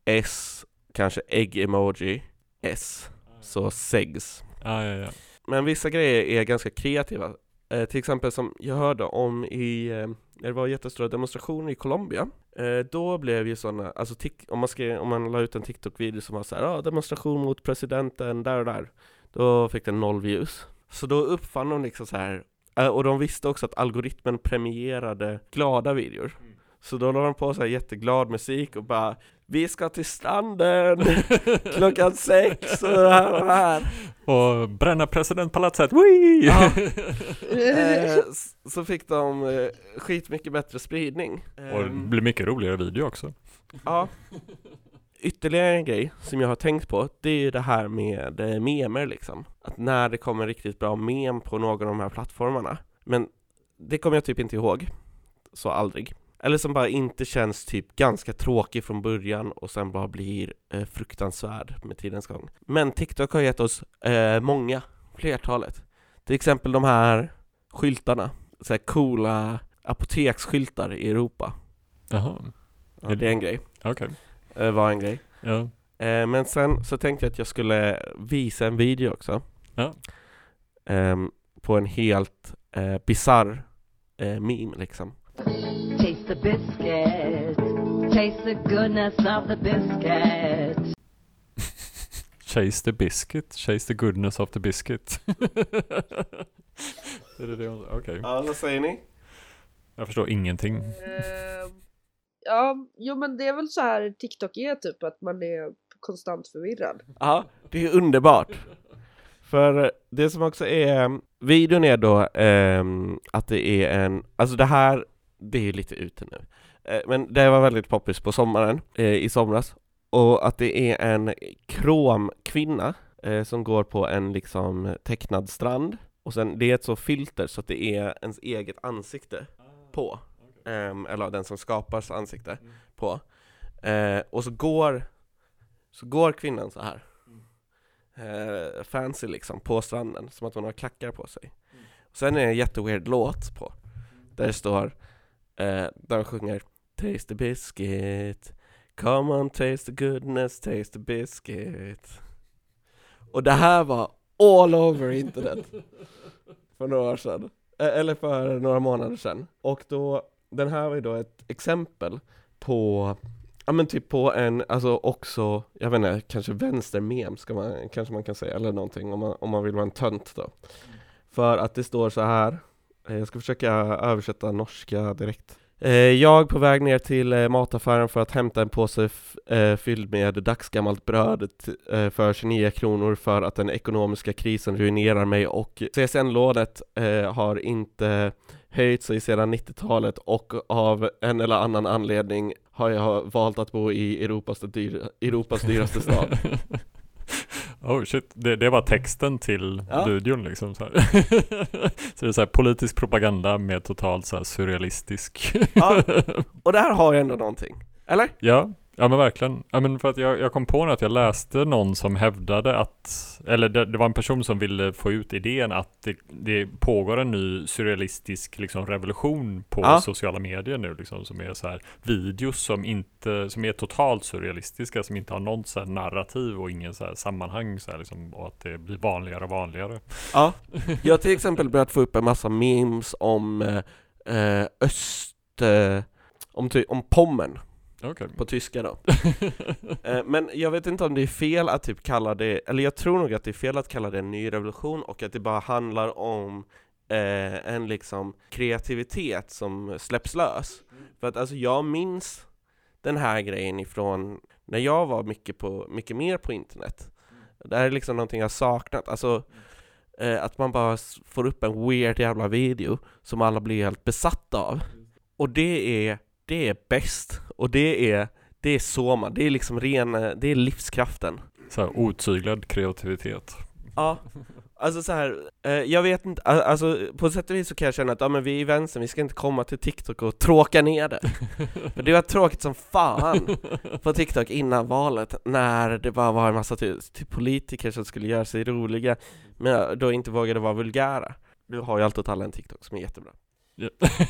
S, kanske ägg-emoji, S, så segs. Ah, ja, ja. Men vissa grejer är ganska kreativa. Eh, till exempel som jag hörde om i, eh, det var jättestora demonstrationer i Colombia. Eh, då blev ju sådana, alltså tic- om man skrev, om man la ut en TikTok-video som var så här, ah, demonstration mot presidenten där och där. Då fick den noll views. Så då uppfann de liksom så här, eh, och de visste också att algoritmen premierade glada videor. Mm. Så då la de på så här jätteglad musik och bara, vi ska till stranden klockan sex och här och här. Och bränna presidentpalatset. Wee! Ja. eh, så fick de eh, skitmycket bättre spridning. Och det blir mycket roligare video också. Ja. Ytterligare en grej som jag har tänkt på, det är ju det här med eh, memer liksom. Att när det kommer riktigt bra mem på någon av de här plattformarna. Men det kommer jag typ inte ihåg. Så aldrig. Eller som bara inte känns typ ganska tråkig från början och sen bara blir eh, fruktansvärd med tidens gång. Men TikTok har gett oss eh, många, flertalet. Till exempel de här skyltarna. Så här coola apoteksskyltar i Europa. Jaha. Ja, det är en grej. Okej. Eh, var en grej. Ja. Eh, men sen så tänkte jag att jag skulle visa en video också. Ja. Eh, på en helt eh, bizarr eh, meme liksom. Taste the biscuit. Taste the goodness of the biscuit. Chase the biscuit. Chase the goodness of the biscuit. Det är det. Okej. Okay. Ja, vad säger ni? Jag förstår ingenting. Uh, ja, jo men det är väl så här TikTok är typ, att man är konstant förvirrad. Ja, det är underbart. För det som också är, videon är då eh, att det är en, alltså det här, det är ju lite ute nu. Eh, men det var väldigt poppis på sommaren, eh, i somras. Och att det är en kromkvinna eh, som går på en liksom tecknad strand. Och sen det är ett så filter så att det är ens eget ansikte på. Eh, eller den som skapars ansikte på. Eh, och så går, så går kvinnan så här. Uh, fancy liksom på stranden, som att hon har klackar på sig. Mm. Och sen är det en jätteweird låt på, där det står uh, där de sjunger Taste the biscuit, come on taste the goodness, taste the biscuit. Och det här var all over internet för några år sedan, uh, eller för några månader sedan. Och då, den här var ju då ett exempel på, ja men typ på en, alltså också, jag vet inte, kanske vänstermem ska man, kanske man kan säga, eller någonting om man, om man vill vara en tönt då. Mm. För att det står så här, jag ska försöka översätta norska direkt. Jag på väg ner till mataffären för att hämta en påse f- äh, fylld med dagsgammalt bröd t- äh, för tjugonio kronor för att den ekonomiska krisen ruinerar mig, och C S N-lånet äh, har inte höjt sig sedan nittiotalet, och av en eller annan anledning har jag valt att bo i Europas, dyr, Europas dyraste stad. Oh shit, det, det var texten till ja. videon liksom så här. Så det är så här politisk propaganda med totalt så här surrealistisk. Ja, och det här har ju ändå någonting, eller? Ja, ja men verkligen. Ja, men för att jag, jag kom på att jag läste någon som hävdade att, eller det, det var en person som ville få ut idén att det, det pågår en ny surrealistisk liksom revolution på ja. sociala medier nu liksom, som är så här videos som inte, som är totalt surrealistiska, som inte har någon så här narrativ och ingen så här sammanhang så här, liksom, och att det blir vanligare och vanligare. Ja, jag har till exempel börjat få upp en massa memes om eh, öst, eh, om, ty- om Pommern. Okay. På tyska då. eh, men jag vet inte om det är fel att typ kalla det, eller jag tror nog att det är fel att kalla det en ny revolution, och att det bara handlar om eh, en liksom kreativitet som släpps lös. Mm. För att alltså jag minns den här grejen ifrån när jag var mycket, på, mycket mer på internet. Mm. Det här är liksom någonting jag saknat. Alltså eh, att man bara får upp en weird jävla video som alla blir helt besatta av. Mm. Och det är Det är bäst, och det är det är så man, det är liksom ren, det är livskraften. Så här otyglad kreativitet. Ja, alltså så här, eh, jag vet inte, alltså på sätt och vis så kan jag känna att ja, men vi i vänstern, vi ska inte komma till TikTok och tråka ner det. För det var tråkigt som fan på TikTok innan valet, när det bara var en massa till, till politiker som skulle göra sig roliga, men då inte vågade vara vulgära. Du har ju alltid alla en TikTok som är jättebra. Ja.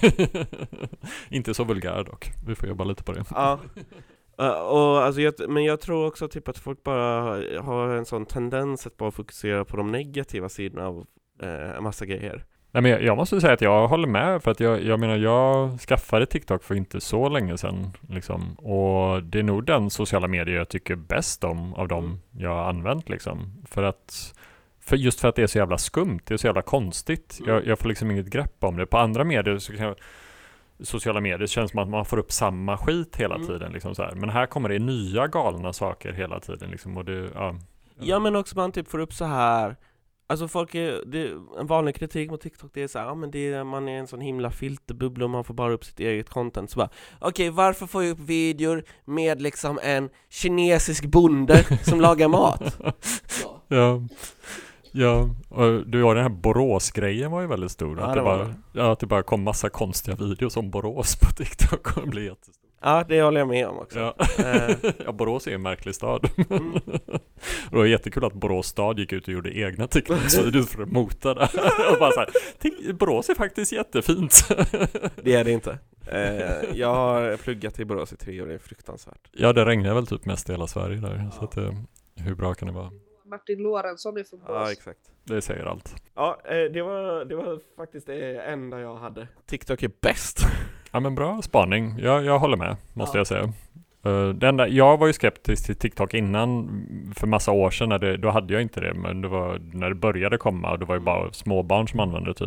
Inte så vulgär dock. Vi får jobba lite på det. Ja. Uh, och alltså jag, men jag tror också typ att folk bara har en sån tendens att bara fokusera på de negativa sidorna av uh, en massa grejer. Nej, men jag, jag måste säga att jag håller med, för att jag, jag menar jag skaffade TikTok för inte så länge sedan liksom, och det är nog den sociala medier jag tycker bäst om av dem jag har använt liksom, för att För just för att det är så jävla skumt, det är så jävla konstigt. Jag, jag får liksom inget grepp om det. På andra medier, så kan jag, sociala medier, känns som att man får upp samma skit hela mm. tiden. Liksom så här. Men här kommer det nya galna saker hela tiden. Liksom, och det, ja. ja, men också man typ får upp så här. Alltså folk är, det, en vanlig kritik mot TikTok, det är så här, ja, men det är, man är en sån himla filterbubbla och man får bara upp sitt eget content. Så bara, okej, okay, varför får jag upp videor med liksom en kinesisk bonde som lagar mat? Så. Ja. Ja, och du har den här Borås-grejen var ju väldigt stor. Ja, att, det det bara, ja, att det bara kom massa konstiga videos om Borås på TikTok och det blev jättestort. Ja, det håller jag med om också. Ja, ja Borås är en märklig stad. Mm. Och det var jättekul att Borås stad gick ut och gjorde egna TikTok-videos för att mota det. Och bara så här, Borås är faktiskt jättefint. Det är det inte. Eh, jag har pluggat i Borås i tre år, det är fruktansvärt. Ja, det regnar väl typ mest i hela Sverige där. Ja. Så att, eh, hur bra kan det vara? Martin Lorentzon är från Borås. Ja, exakt. Det säger allt. Ja, det var, det var faktiskt det enda jag hade. TikTok är bäst. Ja, men bra spaning. Jag, jag håller med, måste ja. jag säga. Uh, det enda, jag var ju skeptisk till TikTok innan, för massa år sedan. När det, då hade jag inte det, men det var när det började komma. Och det var ju bara småbarn som använde det typ.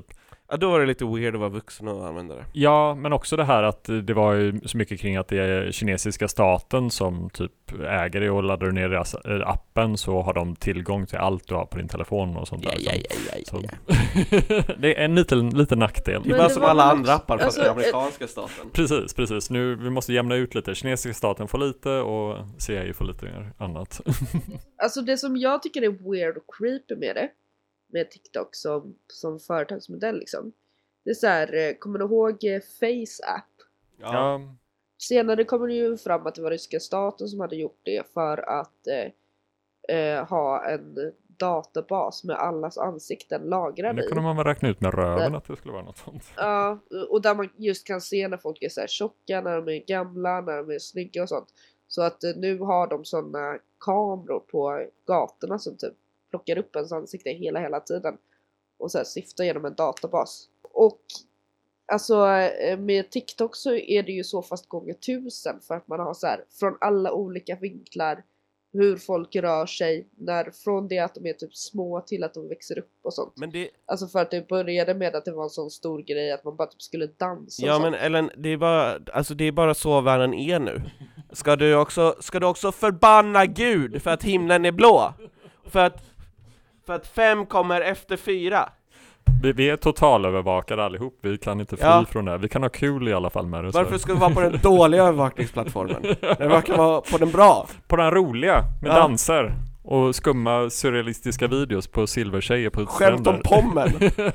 Ja, då var det lite weird att vara vuxen och använda det. Ja, men också det här att det var ju så mycket kring att det är kinesiska staten som typ äger det, och laddar du ner deras appen så har de tillgång till allt du har på din telefon och sånt där. Ja, ja, ja, ja, ja. Det är en liten, liten nackdel. Det är bara som alla andra appar för alltså, den amerikanska staten. Precis, precis. Nu vi måste jämna ut lite. Kinesiska staten får lite och C I A får lite annat. Alltså det som jag tycker är weird och creepy med det, med TikTok som, som företagsmodell liksom. Det är så här, kommer du ihåg Face App? Ja. ja. Senare kommer det ju fram att det var ryska staten som hade gjort det för att eh, eh, ha en databas med allas ansikten lagrade i. Det kunde man väl räkna ut med röven att det skulle vara något sånt. Ja, och där man just kan se när folk är så här tjocka, när de är gamla, när de är snygga och sånt. Så att eh, nu har de sådana kameror på gatorna som typ plockar upp ens ansikte hela hela tiden och så här syftar genom en databas. Och alltså med TikTok så är det ju så fast gånger tusen, för att man har så här från alla olika vinklar hur folk rör sig, när från det att de är typ små till att de växer upp och sånt. Men det... Alltså för att det började med att det var en sån stor grej att man bara typ skulle dansa. Ja, och men sånt. Ellen, det är bara, alltså det är bara så världen är nu. Ska du också, ska du också förbanna Gud för att himlen är blå? För att, för att fem kommer efter fyra. Vi, vi är totalövervakade allihop. Vi kan inte fly ja. från det. Vi kan ha kul i alla fall med det. Varför ska vi vara på den dåliga övervakningsplattformen? Det verkar vara på den bra. På den roliga, med ja. danser. Och skumma surrealistiska videos på silvertjejer på skämt om pommen.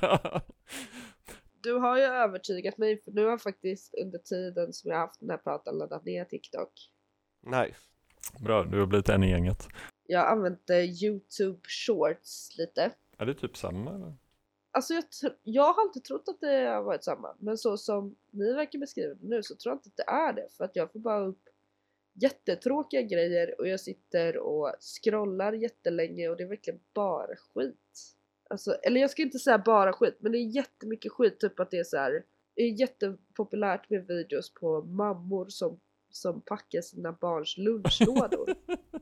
Du har ju övertygat mig, för nu har faktiskt under tiden som jag haft den här pratan laddat ner TikTok. Nice. Bra, du har blivit en i gänget. Jag har använt YouTube Shorts lite. Är det typ samma eller? Alltså jag, tr- jag har alltid trott att det har varit samma. Men så som ni verkar beskriva det nu så tror jag inte att det är det. För att jag får bara upp jättetråkiga grejer och jag sitter och scrollar jättelänge och det är verkligen bara skit. Alltså, eller jag ska inte säga bara skit, men det är jättemycket skit. Typ att det är så här, det är jättepopulärt med videos på mammor som, som packar sina barns lunchlådor.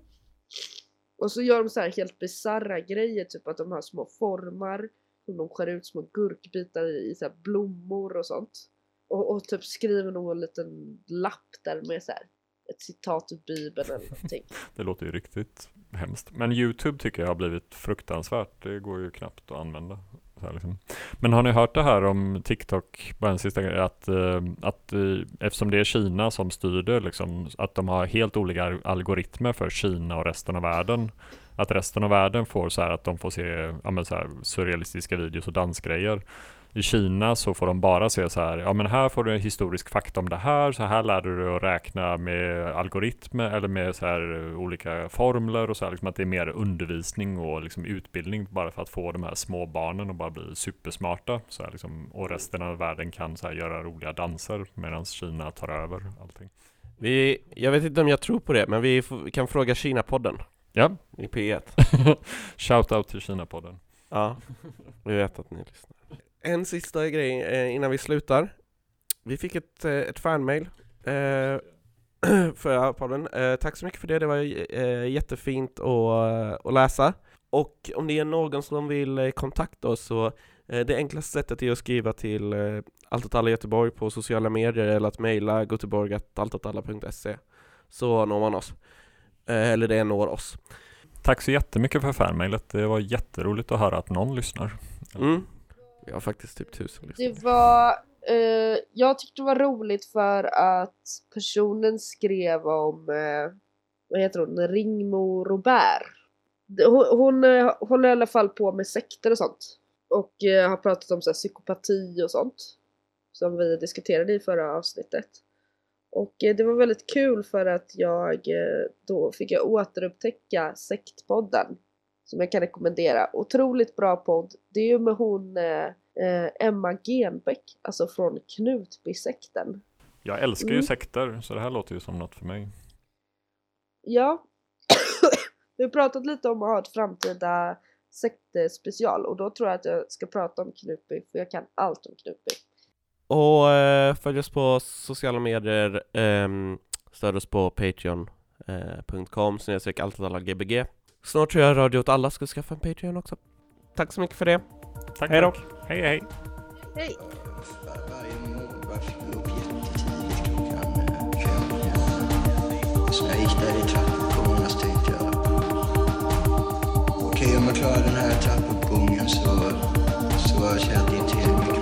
Och så gör de så här helt bizarra grejer, typ att de har små formar. De skär ut små gurkbitar i, i så här blommor och sånt. Och, och typ skriver någon liten lapp där med så här ett citat ur Bibeln eller någonting. Det låter ju riktigt hemskt. Men YouTube tycker jag har blivit fruktansvärt. Det går ju knappt att använda. Så här liksom. Men har ni hört det här om TikTok, bara en sista grej, att, att eftersom det är Kina som styr det, liksom, att de har helt olika algoritmer för Kina och resten av världen. Att resten av världen får så här att de får se ja, men så här, surrealistiska videos och dansgrejer. I Kina så får de bara se så här, ja men här får du en historisk fakta om det här, så här lär du dig att räkna med algoritmer eller med så här olika formler och så här, liksom att det är mer undervisning och liksom utbildning bara för att få de här små barnen att bara bli supersmarta så här, liksom, och resten av världen kan så här, göra roliga danser medan Kina tar över allting. Vi, jag vet inte om jag tror på det, men vi, f- vi kan fråga Kina-podden. Ja. I P ett. Shoutout till Kina-podden. Ja, vi vet att ni lyssnar. En sista grej eh, innan vi slutar. Vi fick ett, eh, ett fanmail eh, för podden. Eh, tack så mycket för det. Det var eh, jättefint att, att läsa. Och om det är någon som vill eh, kontakta oss så eh, det enklaste sättet är att skriva till eh, Alltåtalla Göteborg på sociala medier eller att mejla goteborg at alltåtalla punkt se, så når man oss. Eh, eller det når oss. Tack så jättemycket för fanmailet. Det var jätteroligt att höra att någon lyssnar. Mm. Jag har faktiskt typ tusen lyssnare. Det var, eh, jag tyckte det var roligt för att personen skrev om, eh, vad heter hon, Ringmo Robert. Hon, hon eh, håller i alla fall på med sekter och sånt. Och eh, har pratat om så här, psykopati och sånt. Som vi diskuterade i förra avsnittet. Och eh, det var väldigt kul för att jag eh, då fick jag återupptäcka Sektpodden. Som jag kan rekommendera. Otroligt bra podd. Det är ju med hon eh, Emma Genbeck. Alltså från Knutbysekten. Jag älskar ju Mm. sekter. Så det här låter ju som något för mig. Ja. Vi har pratat lite om att ha ett framtida sektspecial. Och då tror jag att jag ska prata om Knutby. För jag kan allt om Knutby. Och eh, följ oss på sociala medier. Eh, stöd oss på patreon punkt com snedstreck alltåtalla gbg. Snart tror jag Radio åt alla ska skaffa en Patreon också. Tack så mycket för det. Tack, hej då. Hej hej. Hej! Varje morgon ska upp jättetidigt klockan fem. Så jag gick där i trappuppgången och tänkte jag, okej, om jag klarar den här trappuppgången så, så kände jag inte helt mycket